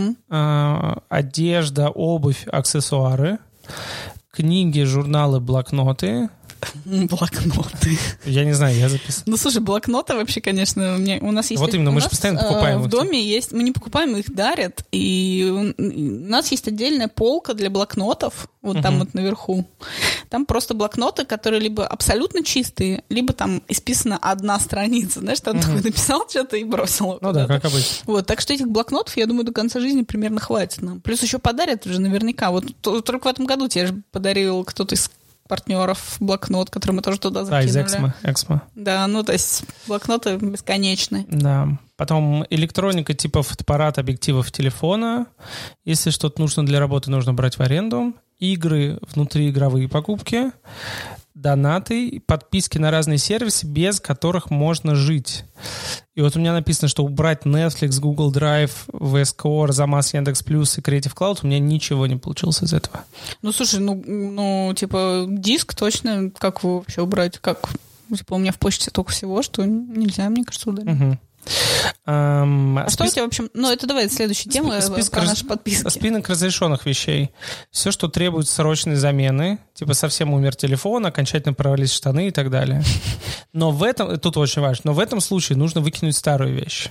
одежда, обувь, аксессуары, книги, журналы, блокноты. Блокноты. Я не знаю, я записал. Ну, слушай, блокноты вообще, конечно, у нас есть... Вот именно, мы же постоянно покупаем. В доме есть... Мы не покупаем, их дарят. И у нас есть отдельная полка для блокнотов. Вот там вот наверху. Там просто блокноты, которые либо абсолютно чистые, либо там исписана одна страница. Знаешь, там такой написал что-то и бросил. Ну да, как обычно. Вот, так что этих блокнотов, я думаю, до конца жизни примерно хватит нам. Плюс еще подарят уже наверняка. Вот только в этом году тебе же подарил кто-то из партнеров блокнот, который мы тоже туда закинули. Из Эксмо. Да, ну то есть блокноты бесконечные. Да. Потом электроника типа фотоаппарата, объективов телефона. Если что-то нужно для работы, нужно брать в аренду. Игры, внутриигровые покупки. Донаты, подписки на разные сервисы, без которых можно жить. И вот у меня написано, что убрать Netflix, Google Drive, VS Core, Замаз, Яндекс.Плюс и Creative Cloud, у меня ничего не получилось из этого. Ну, слушай, ну типа, диск точно, как его вообще убрать? Как? Типа, у меня в почте столько всего, что нельзя, мне кажется, удалить. Что у тебя, в общем... Ну, это давай следующая тема про наши подписки. Список разрешенных вещей. Все, что требует срочной замены, типа совсем умер телефон, окончательно провалились штаны и так далее. Но в этом... Тут очень важно. Но в этом случае нужно выкинуть старую вещь.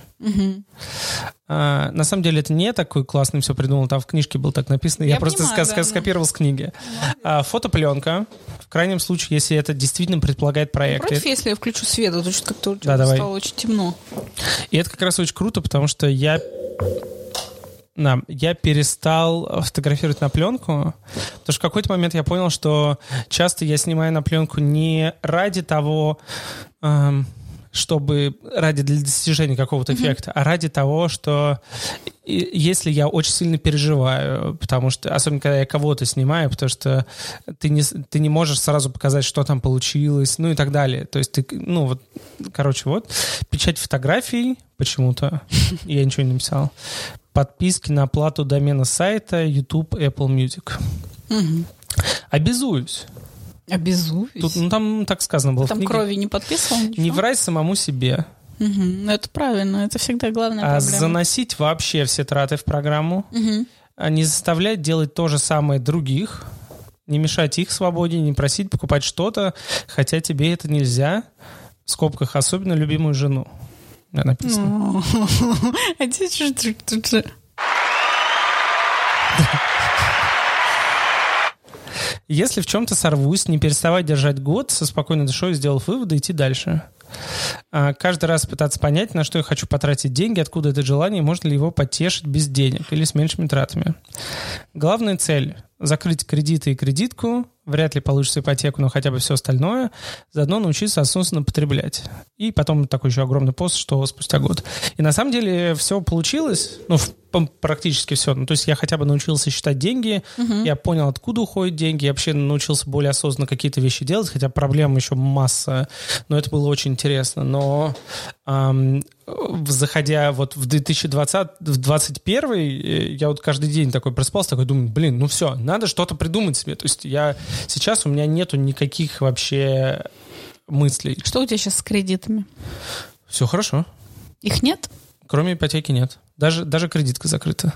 На самом деле это не такой классный все придумал. Там в книжке было так написано. Я просто скопировал с книги. Фотопленка. В крайнем случае, если это действительно предполагает проект. Против, если я включу свет, то что-то как-то стало очень темно. И это как раз очень круто, потому что я перестал фотографировать на пленку, потому что в какой-то момент я понял, что часто я снимаю на пленку не ради того, чтобы ради достижения какого-то эффекта, а ради того, что если я очень сильно переживаю, потому что, особенно когда я кого-то снимаю, потому что ты не можешь сразу показать, что там получилось, ну и так далее. То есть печать фотографий почему-то, я ничего не написал, подписки на оплату домена сайта, YouTube, Apple Music. Обязуюсь. Обязуюсь? Тут, там так сказано было в книге. Там крови не подписывал ничего? Не врать самому себе. Ну, это правильно, это всегда главная проблема. Заносить вообще все траты в программу, не заставлять делать то же самое других, не мешать их свободе, не просить покупать что-то, хотя тебе это нельзя, в скобках, особенно любимую жену. Написано. Если в чем-то сорвусь, не переставать держать год, со спокойной душой, сделав выводы, идти дальше. Каждый раз пытаться понять, на что я хочу потратить деньги, откуда это желание, можно ли его потешить без денег или с меньшими тратами. Главная цель – закрыть кредиты и кредитку, вряд ли получится ипотеку, но хотя бы все остальное, заодно научиться осознанно потреблять. И потом такой еще огромный пост, что спустя год. И на самом деле все получилось, практически все. То есть я хотя бы научился считать деньги, я понял, откуда уходят деньги, я вообще научился более осознанно какие-то вещи делать, хотя проблем еще масса, но это было очень интересно. Но заходя вот в 2021, я вот каждый день такой просыпался, такой думаю, все, надо что-то придумать себе. То есть сейчас у меня нету никаких вообще мыслей. Что у тебя сейчас с кредитами? Все хорошо. Их нет? Кроме ипотеки нет. Даже кредитка закрыта.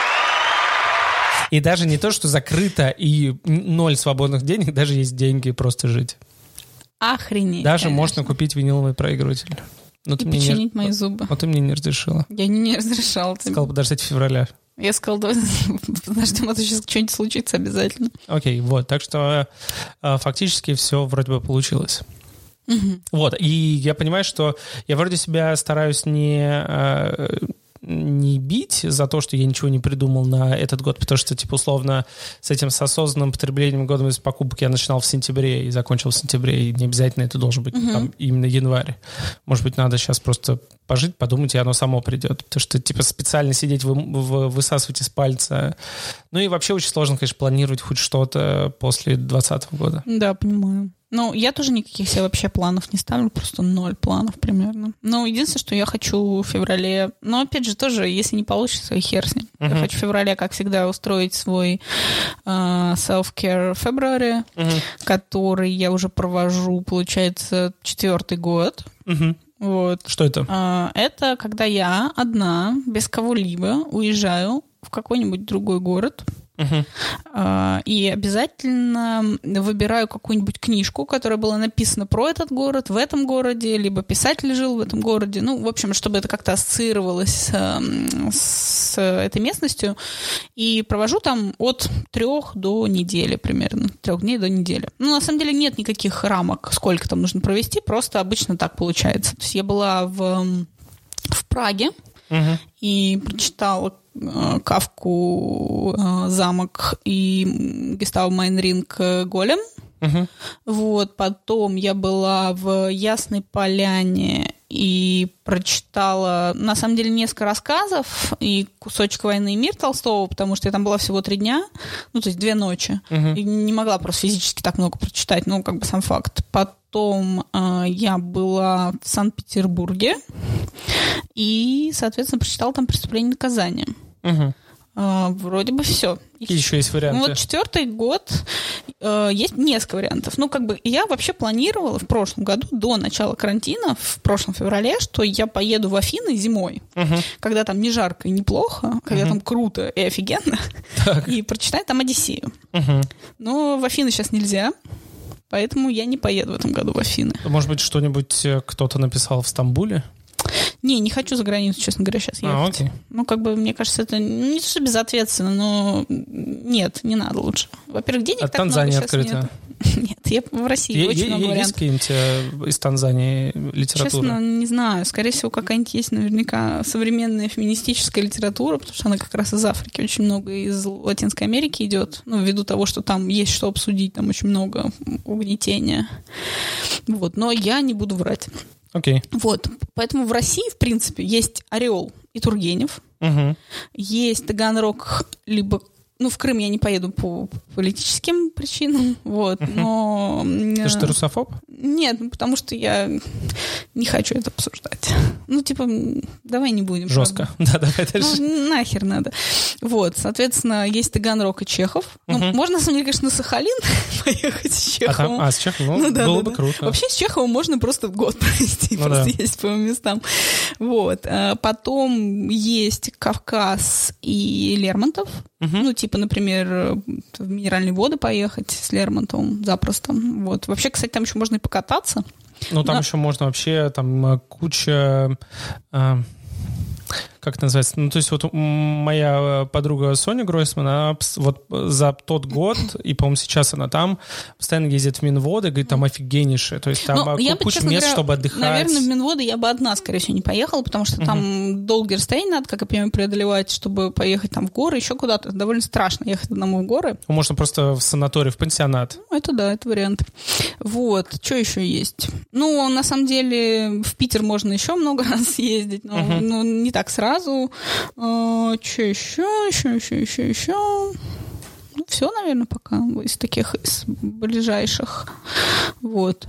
И даже не то, что закрыто и 0 свободных денег, даже есть деньги просто жить. Охренеть. Даже конечно. Можно купить виниловый проигрыватель. И починить мои зубы. Вот ты мне не разрешила. Я не разрешала. Сказал подождать февраля. Я сказала, давай подождем, а то сейчас что-нибудь случится обязательно. Окей, вот. Так что фактически все вроде бы получилось. Вот. И я понимаю, что я вроде себя стараюсь не не бить за то, что я ничего не придумал на этот год, потому что, типа, условно, с осознанным потреблением годом из покупок я начинал в сентябре и закончил в сентябре, и не обязательно это должен быть там именно январь. Может быть, надо сейчас просто пожить, подумать, и оно само придет. Потому что, типа, специально сидеть, высасывать из пальца. Ну и вообще очень сложно, конечно, планировать хоть что-то после 2020 года. Да, понимаю. Ну, я тоже никаких себе вообще планов не ставлю, просто 0 планов примерно. Ну, единственное, что я хочу в феврале... Но, опять же, тоже, если не получится, хер с ним. Я хочу в феврале, как всегда, устроить свой self-care February, который я уже провожу, получается, 4-й год. Вот. Что это? Это когда я одна, без кого-либо, уезжаю в какой-нибудь другой город, и обязательно выбираю какую-нибудь книжку, которая была написана про этот город, в этом городе, либо писатель жил в этом городе. Ну, в общем, чтобы это как-то ассоциировалось с этой местностью. И провожу там от 3 до недели примерно. 3 дней до недели. Ну, на самом деле нет никаких рамок, сколько там нужно провести, просто обычно так получается. То есть я была в Праге и прочитала Кафку «Замок» и Гюстава Майнринг «Голем». Вот, потом я была в Ясной Поляне и прочитала, на самом деле, несколько рассказов и кусочек «Войны и мир» Толстого, потому что я там была всего 3 дня, ну, то есть 2 ночи, и не могла просто физически так много прочитать, ну, как бы сам факт. Потом я была в Санкт-Петербурге и, соответственно, прочитала там «Преступление и наказание». Вроде бы все. Какие еще есть варианты? Ну, вот 4-й год есть несколько вариантов. Ну, как бы я вообще планировала в прошлом году, до начала карантина, в прошлом феврале, что я поеду в Афины зимой, когда там не жарко и не плохо, когда там круто и офигенно, и прочитать там «Одиссею». Но в Афины сейчас нельзя, поэтому я не поеду в этом году в Афины. Может быть, что-нибудь кто-то написал в Стамбуле? Не хочу за границу, честно говоря, сейчас ехать. Окей. Ну, как бы, мне кажется, это не то, что безответственно, но нет, не надо лучше. Во-первых, денег так Танзания много сейчас открыта? Нет, я в России очень много вариантов. Есть какие-нибудь из Танзании литературы? Честно, не знаю. Скорее всего, какая-нибудь есть наверняка современная феминистическая литература, потому что она как раз из Африки. Очень много из Латинской Америки идет. Ну, ввиду того, что там есть что обсудить, там очень много угнетения. Вот. Но я не буду врать. Окей. Вот. Поэтому в России, в принципе, есть Орел и Тургенев. Есть Таганрог, либо... Ну, в Крым я не поеду по политическим причинам, вот, но... Потому что ты русофоб? Нет, потому что я не хочу это обсуждать. Ну, типа, давай не будем. Жестко. Да, давай дальше. Ну, нахер надо. Вот, соответственно, есть Таганрог и Чехов. Ну, можно, на самом деле, конечно, на Сахалин поехать с Чеховым. С Чеховым? Ну, было бы круто. Вообще с Чеховым можно просто год провести, просто ездить по местам. Вот. Потом есть Кавказ и Лермонтов. Ну, типа, например, в Минеральные воды поехать с Лермонтовым запросто. Вот. Вообще, кстати, там еще можно и покататься. Ну, там еще можно вообще, там куча... Как это называется? Ну, то есть вот моя подруга Соня Гройсман, она вот за тот год, и, по-моему, сейчас она там, постоянно ездит в Минводы, говорит, там офигеннейшее. То есть там куча мест, чтобы отдыхать. Наверное, в Минводы я бы одна, скорее всего, не поехала, потому что там долгие расстояния надо, как я понимаю, преодолевать, чтобы поехать там в горы, еще куда-то. Довольно страшно ехать одному в горы. Можно просто в санаторий, в пансионат. Ну, это да, это вариант. Вот. Что еще есть? Ну, на самом деле, в Питер можно еще много раз ездить, но не так сразу. Что еще? Ну, все, наверное, пока из таких, из ближайших. Вот.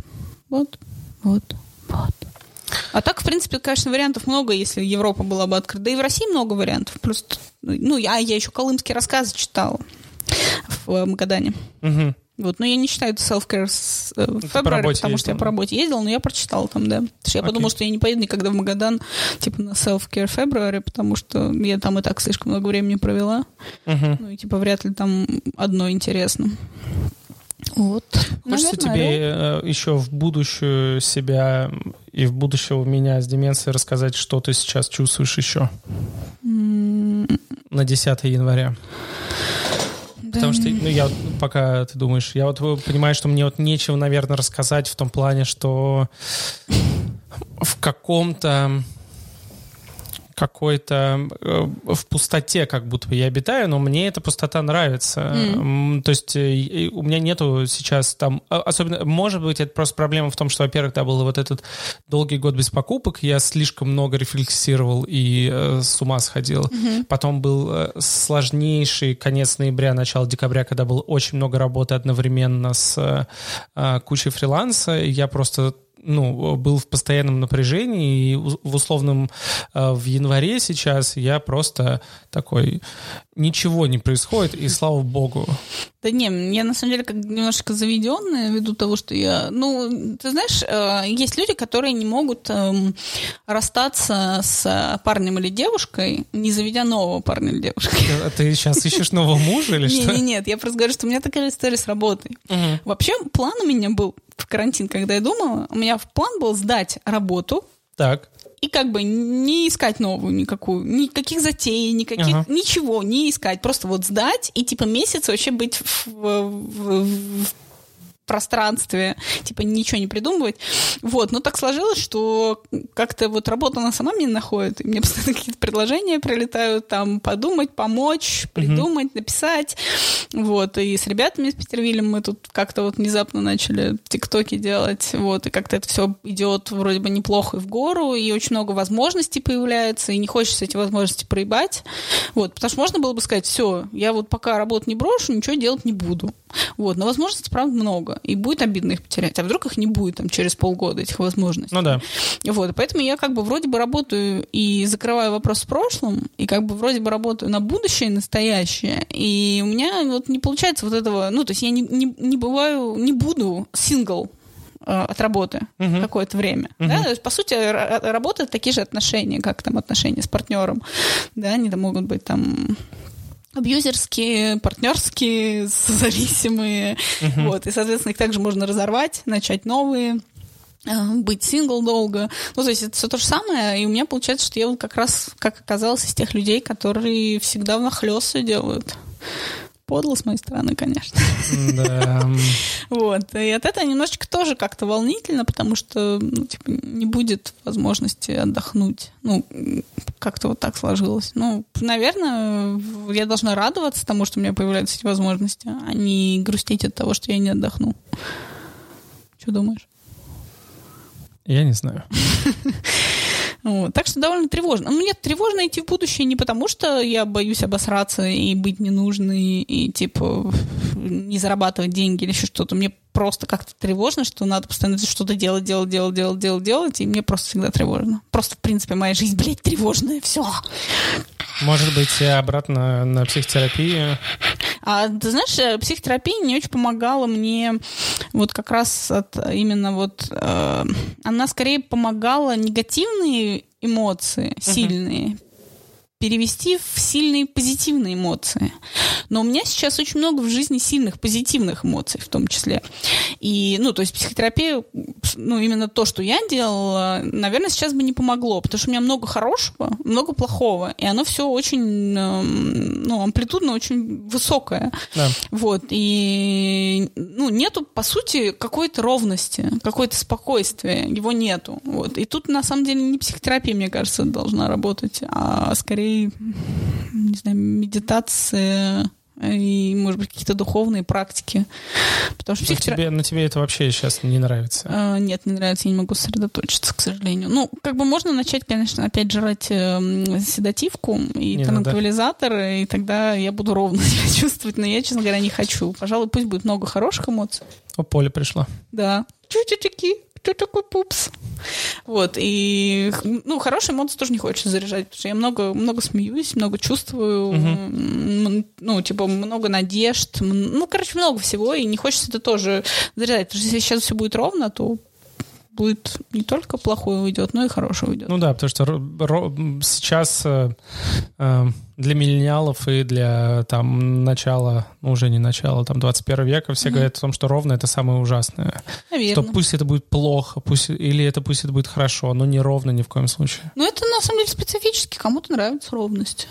А так, в принципе, конечно, вариантов много, если Европа была бы открыта. Да и в России много вариантов. Просто, ну, я еще колымские рассказы читала в Магадане. Вот, но я не считаю это self-care February, потому что я по работе ездила, но я прочитала там, да. Потому что я подумала, что я не поеду никогда в Магадан, типа, на self-care February, потому что я там и так слишком много времени провела. Ну, и, типа, вряд ли там одно интересно. Вот. Хочется тебе еще в будущую себя и в будущего меня с деменцией рассказать, что ты сейчас чувствуешь еще на 10 января. Потому что, ну, я вот, пока ты думаешь, я вот понимаю, что мне вот нечего, наверное, рассказать в том плане, что в каком-то какой-то в пустоте, как будто бы я обитаю, но мне эта пустота нравится. То есть у меня нету сейчас там... Особенно, может быть, это просто проблема в том, что, во-первых, да, был вот этот долгий год без покупок, я слишком много рефлексировал и с ума сходил. Потом был сложнейший конец ноября, начало декабря, когда было очень много работы одновременно с кучей фриланса, и я просто был в постоянном напряжении, и в условном в январе сейчас я просто такой, ничего не происходит, и слава богу. Да не, я на самом деле как немножко заведенная ввиду того, что я... ты знаешь, есть люди, которые не могут расстаться с парнем или девушкой, не заведя нового парня или девушки. А ты сейчас ищешь нового мужа или что? Нет, я просто говорю, что у меня такая история с работой. Вообще план у меня был в карантин, когда я думала, у меня план был сдать работу. Так. И как бы не искать новую никакую, никаких затей, ничего не искать. Просто вот сдать и типа месяц вообще быть в пространстве, типа ничего не придумывать. Вот, но так сложилось, что как-то вот работа она сама меня находит, и мне постоянно какие-то предложения прилетают, там, подумать, помочь, придумать, написать. Вот, и с ребятами из Петервилем мы тут как-то вот внезапно начали тиктоки делать, вот, и как-то это все идет вроде бы неплохо и в гору, и очень много возможностей появляется, и не хочется эти возможности проебать. Вот, потому что можно было бы сказать, все, я вот пока работу не брошу, ничего делать не буду. Вот, но возможностей, правда, много. И будет обидно их потерять. А вдруг их не будет там через полгода, этих возможностей. Ну да. Вот, поэтому я как бы вроде бы работаю и закрываю вопрос в прошлом, и как бы вроде бы работаю на будущее и настоящее. И у меня вот не получается вот этого... то есть я не буду сингл от работы какое-то время. Да? То есть, по сути, работа — такие же отношения, как там отношения с партнером. Да, они там могут быть там... абьюзерские, партнерские, зависимые. Вот. И, соответственно, их также можно разорвать, начать новые, быть сингл долго. То есть это все то же самое. И у меня получается, что я вот как раз, как оказалось, из тех людей, которые всегда внахлёст все делают. Подло с моей стороны, конечно. Да. Вот. И от этого немножечко тоже как-то волнительно, потому что не будет возможности отдохнуть. Как-то вот так сложилось. Наверное, я должна радоваться тому, что у меня появляются эти возможности, а не грустить от того, что я не отдохну. Что думаешь? Я не знаю. Вот. Так что довольно тревожно. Мне тревожно идти в будущее не потому, что я боюсь обосраться и быть ненужной, и типа не зарабатывать деньги или еще что-то. Мне просто как-то тревожно, что надо постоянно что-то делать, и мне просто всегда тревожно. Просто, в принципе, моя жизнь, блядь, тревожная, все. Может быть, обратно на психотерапию? Ты знаешь, психотерапия не очень помогала мне вот как раз она скорее помогала негативные эмоции, сильные, перевести в сильные позитивные эмоции. Но у меня сейчас очень много в жизни сильных позитивных эмоций в том числе. И, то есть психотерапия, именно то, что я делала, наверное, сейчас бы не помогло, потому что у меня много хорошего, много плохого, и оно все очень, амплитудно очень высокое. Да. Вот. И, нету, по сути, какой-то ровности, какое-то спокойствие, его нету. Вот. И тут, на самом деле, не психотерапия, мне кажется, должна работать, а скорее, не знаю, медитация и, может быть, какие-то духовные практики. Потому что но тебе это вообще сейчас не нравится? Нет, не нравится, я не могу сосредоточиться, к сожалению. Можно начать, конечно, опять жрать седативку и транквилизаторы, и тогда я буду ровно себя чувствовать, но я, честно говоря, не хочу. Пожалуй, пусть будет много хороших эмоций. Поля пришла. Да. Чу-чу-чуки. Кто такой пупс? Вот, и, хорошие эмоции тоже не хочется заряжать, потому что я много смеюсь, много чувствую, много надежд, много всего, и не хочется это тоже заряжать, потому что если сейчас все будет ровно, то будет не только плохое уйдет, но и хорошее уйдет. Да, потому что сейчас для миллениалов и для начала, уже не начала, 21 века все говорят о том, что ровно это самое ужасное. Наверное. Что пусть это будет плохо, пусть это будет хорошо, но не ровно ни в коем случае. Это на самом деле специфически, кому-то нравится ровность.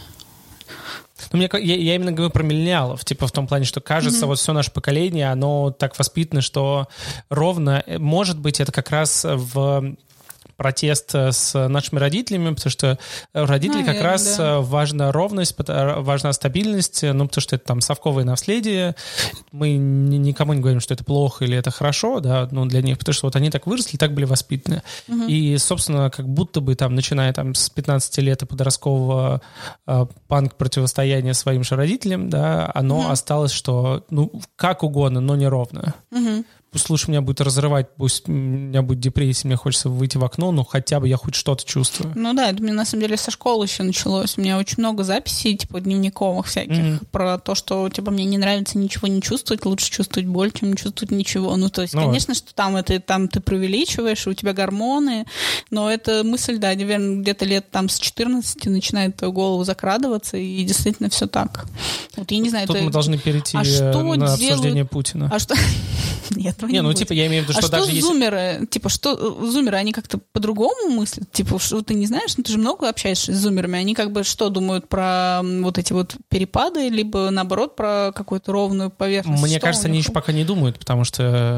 Я именно говорю про миллениалов, в том плане, что кажется, вот все наше поколение, оно так воспитано, что ровно, может быть, это как раз в протест с нашими родителями, потому что у родителей как раз важна ровность, важна стабильность, ну, потому что это там совковое наследие. Мы никому не говорим, что это плохо или это хорошо, да, ну, для них, потому что вот они так выросли, так были воспитаны. И, собственно, как будто бы там, начиная там с 15 лет и подросткового панк-противостояния своим же родителям, да, оно осталось, что, ну, как угодно, но неровно. Пусть лучше меня будет разрывать, пусть у меня будет депрессия, мне хочется выйти в окно, но хотя бы я хоть что-то чувствую. Ну да, это мне на самом деле со школы еще началось. У меня очень много записей, типа дневниковых всяких, про то, что типа мне не нравится ничего не чувствовать, лучше чувствовать боль, чем не чувствовать ничего. Ну то есть, конечно, что там ты преувеличиваешь, у тебя гормоны, но эта мысль, да, где-то лет там с 14 начинает в твою голову закрадываться, и действительно все так. Вот я не знаю. Тут мы должны перейти на обсуждение Путина. А что... Нет, не, ну, типа, я имею в виду, что даже если... зумеры? Типа, что зумеры, они как-то по-другому мыслят? Типа, что ты не знаешь, ну, ты же много общаешься с зумерами, они как бы что думают про вот эти вот перепады, либо, наоборот, про какую-то ровную поверхность? Мне кажется, они еще пока не думают, потому что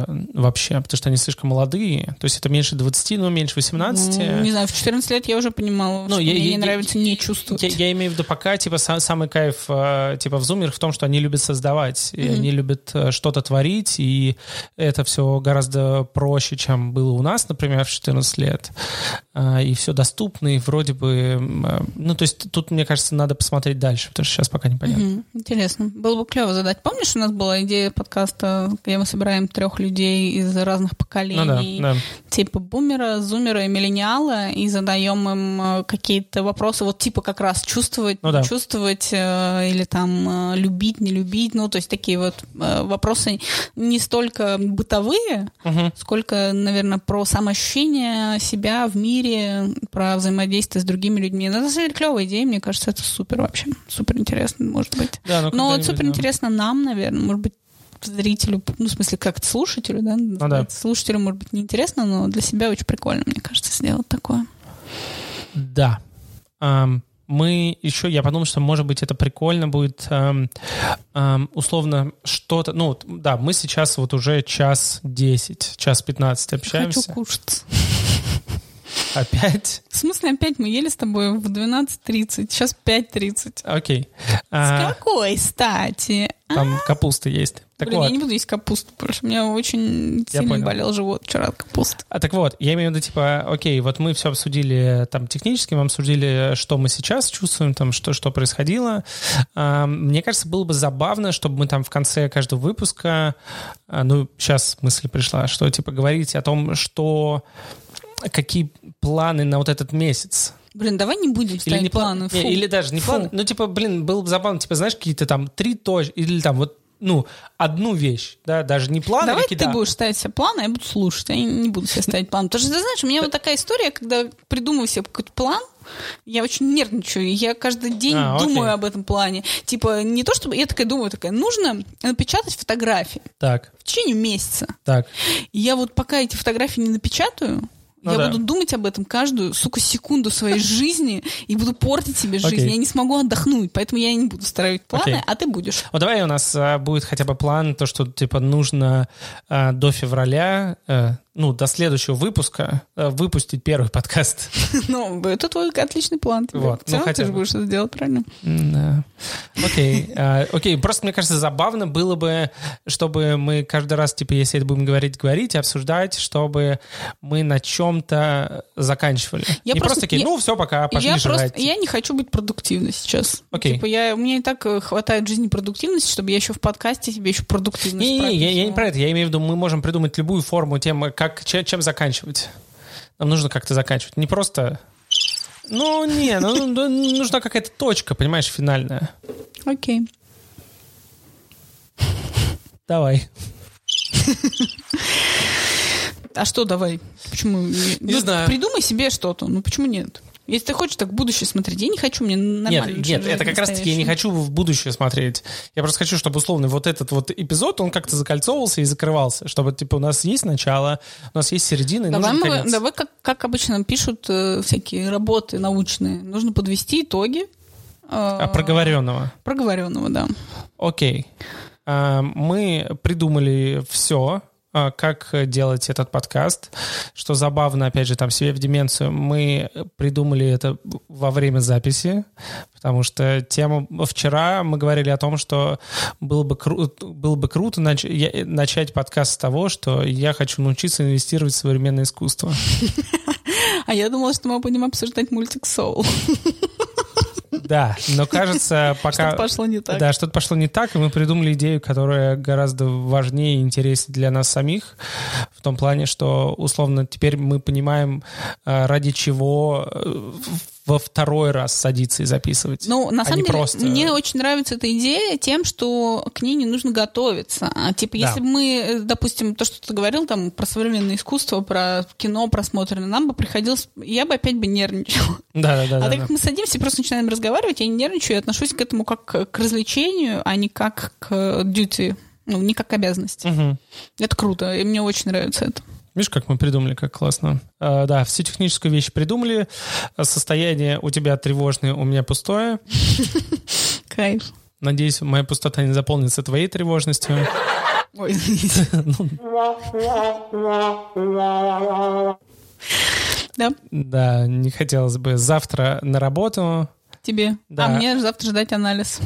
они слишком молодые, то есть это меньше 20, но меньше 18. Ну, не знаю, в 14 лет я уже понимала, что мне не нравится не чувствовать. Я имею в виду пока, типа, самый кайф, типа, в зумерах в том, что они любят создавать, и они любят что-то творить, и это все гораздо проще, чем было у нас, например, в 14 лет. И все доступно, и вроде бы... Ну, то есть тут, мне кажется, надо посмотреть дальше, потому что сейчас пока непонятно. Интересно. Было бы клево задать. Помнишь, у нас была идея подкаста, где мы собираем 3 людей из разных поколений, типа бумера, зумера и миллениала, и задаем им какие-то вопросы, вот типа как раз чувствовать, чувствовать, или там любить, не любить. Ну, то есть такие вот вопросы не столько бытовые, сколько, наверное, про самоощущение себя в мире, про взаимодействие с другими людьми. Ну, это, на самом деле, клевая идея, мне кажется, это супер вообще. Супер интересно, может быть. Да, но супер интересно нам, наверное, может быть, зрителю, ну, в смысле, как слушателю, да? Слушателю, может быть, неинтересно, но для себя очень прикольно, мне кажется, сделать такое. Да. Мы еще, я подумал, что, может быть, это прикольно будет условно что-то... Ну, да, мы сейчас вот уже 1:10, 1:15 общаемся. Хочу кушать. Опять? В смысле опять? Мы ели с тобой в 12:30, сейчас 5:30. Окей. С какой стати? Там капуста есть. Так Блин, вот. я не буду есть капусту, потому что у меня очень сильно болел живот вчера от капусты. Так вот, я имею в виду, типа, окей, вот мы все обсудили там технически, мы обсудили, что мы сейчас чувствуем, там, что происходило. Мне кажется, было бы забавно, чтобы мы там в конце каждого выпуска, ну, сейчас мысль пришла, что, типа, говорить о том, какие планы на вот этот месяц. Блин, давай не будем ставить или планы. Не, или даже не планы. Ну, типа, блин, было бы забавно, типа, знаешь, какие-то там 3 точки, или там вот, ну, одну вещь, да, даже не планы. Давай ты будешь ставить себе планы, а я буду слушать, я не буду себе ставить план. Потому что, ты знаешь, у меня вот такая история, когда придумываю себе какой-то план, я очень нервничаю, я каждый день думаю об этом плане. Типа, не то чтобы... Я такая думаю, нужно напечатать фотографии. Так. В течение месяца. Так. И я вот пока эти фотографии не напечатаю, я буду думать об этом каждую, секунду своей жизни и буду портить себе жизнь. Я не смогу отдохнуть, поэтому я не буду ставить планы, а ты будешь. Вот давай у нас будет хотя бы план, то, что, типа, нужно до февраля, ну, до следующего выпуска выпустить первый подкаст. Ну, это твой отличный план. Вот. Ну, хотя ты же будешь это делать, правильно? Да. Окей. Просто, мне кажется, забавно было бы, чтобы мы каждый раз, типа, если это будем говорить, обсуждать, чтобы мы на чем-то заканчивали. Не просто такие, ну, все, пока, пошли жрать. Я не хочу быть продуктивной сейчас. Окей. Типа, мне и так хватает жизни продуктивности, чтобы я еще в подкасте себе еще продуктивность я не про это. Я имею в виду, мы можем придумать любую форму темы, чем заканчивать. Нам нужно как-то заканчивать. Не просто... нужна какая-то точка, понимаешь, финальная. Окей. Давай. А что давай? Почему? Не знаю. Придумай себе что-то. Ну, почему нет? Если ты хочешь так в будущее смотреть, я не хочу, мне нормально. Нет, это как раз-таки я не хочу в будущее смотреть. Я просто хочу, чтобы, условно, вот этот вот эпизод, он как-то закольцовывался и закрывался. Чтобы, типа, у нас есть начало, у нас есть середина, и нужен конец. Давай, как обычно пишут всякие работы научные, нужно подвести итоги. Проговоренного. Проговоренного, да. Окей. Мы придумали все. как делать этот подкаст. Что забавно, опять же, там «Себе в деменцию» мы придумали это во время записи, потому что тема... Вчера мы говорили о том, что было бы круто начать подкаст с того, что я хочу научиться инвестировать в современное искусство. А я думала, что мы будем обсуждать мультик «Соул». Да, но кажется, пока... Что-то пошло не так. Да, что-то пошло не так, и мы придумали идею, которая гораздо важнее и интереснее для нас самих, в том плане, что, условно, теперь мы понимаем, ради чего во второй раз садиться и записывать. Ну, на самом деле, просто... мне очень нравится эта идея тем, что к ней не нужно готовиться. Типа, если бы мы, допустим, то, что ты говорил там про современное искусство, про кино просмотренное, нам бы приходилось... Я бы опять бы нервничала. Да. Так как мы садимся и просто начинаем разговаривать, я не нервничаю, я отношусь к этому как к развлечению, а не как к duty, ну, не как к обязанности. Угу. Это круто, и мне очень нравится это. Видишь, как мы придумали, как классно. Да, все технические вещи придумали. Состояние у тебя тревожное, у меня пустое. Кайф. Надеюсь, моя пустота не заполнится твоей тревожностью. Ой, извините. Да? Да, не хотелось бы. Завтра на работу. Тебе? Да. А мне завтра ждать анализ.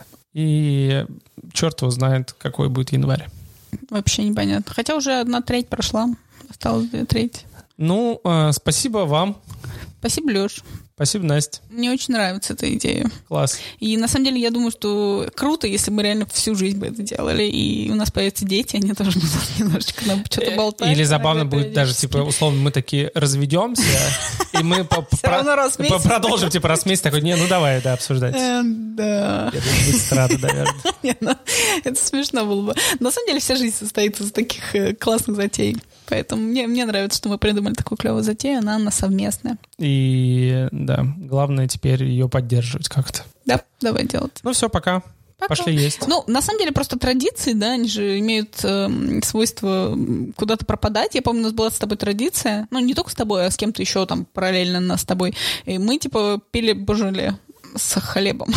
И черт его знает, какой будет январь. Вообще непонятно. Хотя уже 1/3 прошла. Осталось 2/3. Ну, спасибо вам. Спасибо, Леш. Спасибо, Настя. Мне очень нравится эта идея. Класс. И на самом деле я думаю, что круто, если мы реально всю жизнь бы это делали, и у нас появятся дети, они тоже будут немножечко нам что-то болтать. Или забавно будет даже, типа, условно, мы такие разведемся, и мы продолжим, типа, раз в месяц такой, не, ну давай, да, обсуждать. Да. Это будет странно, наверное. Это смешно было бы. На самом деле вся жизнь состоит из таких классных затей. Поэтому мне нравится, что мы придумали такую клевую затею, она у нас совместная. И, да, главное теперь ее поддерживать как-то. Да, давай делать. Ну все, пока. Пошли есть. Ну, на самом деле, просто традиции, да, они же имеют свойство куда-то пропадать. Я помню, у нас была с тобой традиция, ну, не только с тобой, а с кем-то еще там параллельно с тобой. И мы, типа, пили божеле с хлебом.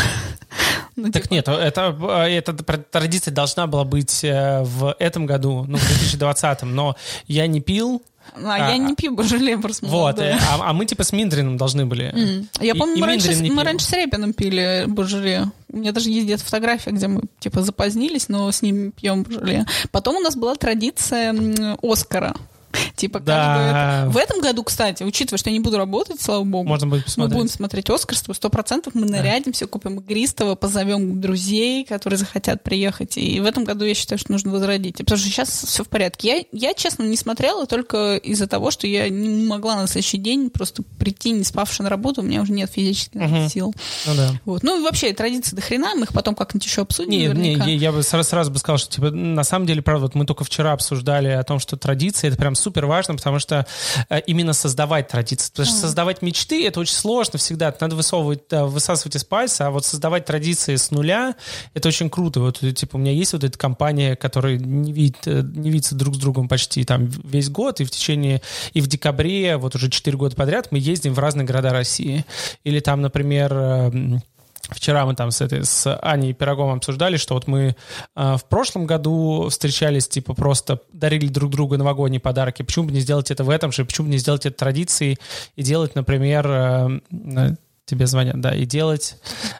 Ну, так типа... нет, эта традиция должна была быть в этом году, ну, в 2020, но я не пил. Я не пью божеле просто. Вот, да. А мы типа с Миндриным должны были. Я помню, мы раньше с Репиным пили божеле. У меня даже есть где-то фотография, где мы типа запозднились, но с ним пьем божеле. Потом у нас была традиция Оскара. Типа, да. В этом году, кстати, учитывая, что я не буду работать, слава богу, можно будет посмотреть. Мы будем смотреть «Оскарство», 100% мы нарядимся, купим игристого, позовем друзей, которые захотят приехать. И в этом году я считаю, что нужно возродить. Потому что сейчас все в порядке. Я, честно, не смотрела только из-за того, что я не могла на следующий день просто прийти, не спавши на работу, у меня уже нет физических сил. Ну, да. Вот. Ну и вообще, традиции до хрена, мы их потом как-нибудь еще обсудим. Не, я бы сразу бы сказал, что типа, на самом деле, правда, вот мы только вчера обсуждали о том, что традиции — это прям супер важно, потому что именно создавать традиции. Потому что создавать мечты — это очень сложно всегда. Это надо высасывать из пальца, а вот создавать традиции с нуля — это очень круто. Вот, типа, у меня есть вот эта компания, которая не видится друг с другом почти там весь год, и в течение, и в декабре, вот уже 4 года подряд мы ездим в разные города России. Или там, например... Вчера мы там с Аней Пироговым обсуждали, что вот мы в прошлом году встречались, типа просто дарили друг другу новогодние подарки. Почему бы не сделать это в этом же? Почему бы не сделать это традицией и делать, например, тебе звонят, да, и делать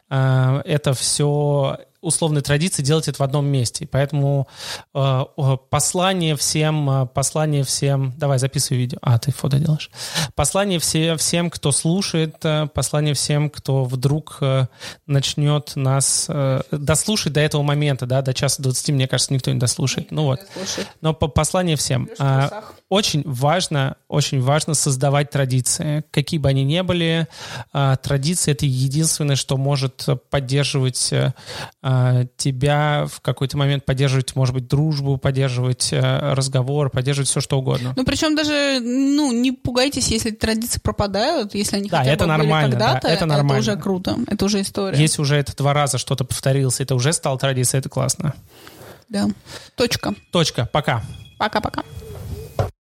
это все... условной традиции делать это в одном месте. Поэтому послание всем... Давай, записывай видео. Ты фото делаешь. Послание всем, кто слушает, послание всем, кто вдруг начнет нас дослушать до этого момента, да, до 1:20, мне кажется, никто не дослушает. Ну вот. Но послание всем. Очень важно создавать традиции. Какие бы они ни были, традиции — это единственное, что может поддерживать тебя в какой-то момент, поддерживать, может быть, дружбу, поддерживать разговор, поддерживать все, что угодно. Ну, причем даже, не пугайтесь, если традиции пропадают, если они хотя бы были когда-то, это нормально. Это уже круто, это уже история. Если уже это 2 раза что-то повторилось, это уже стало традицией, это классно. Да. Точка. Пока. Пока-пока.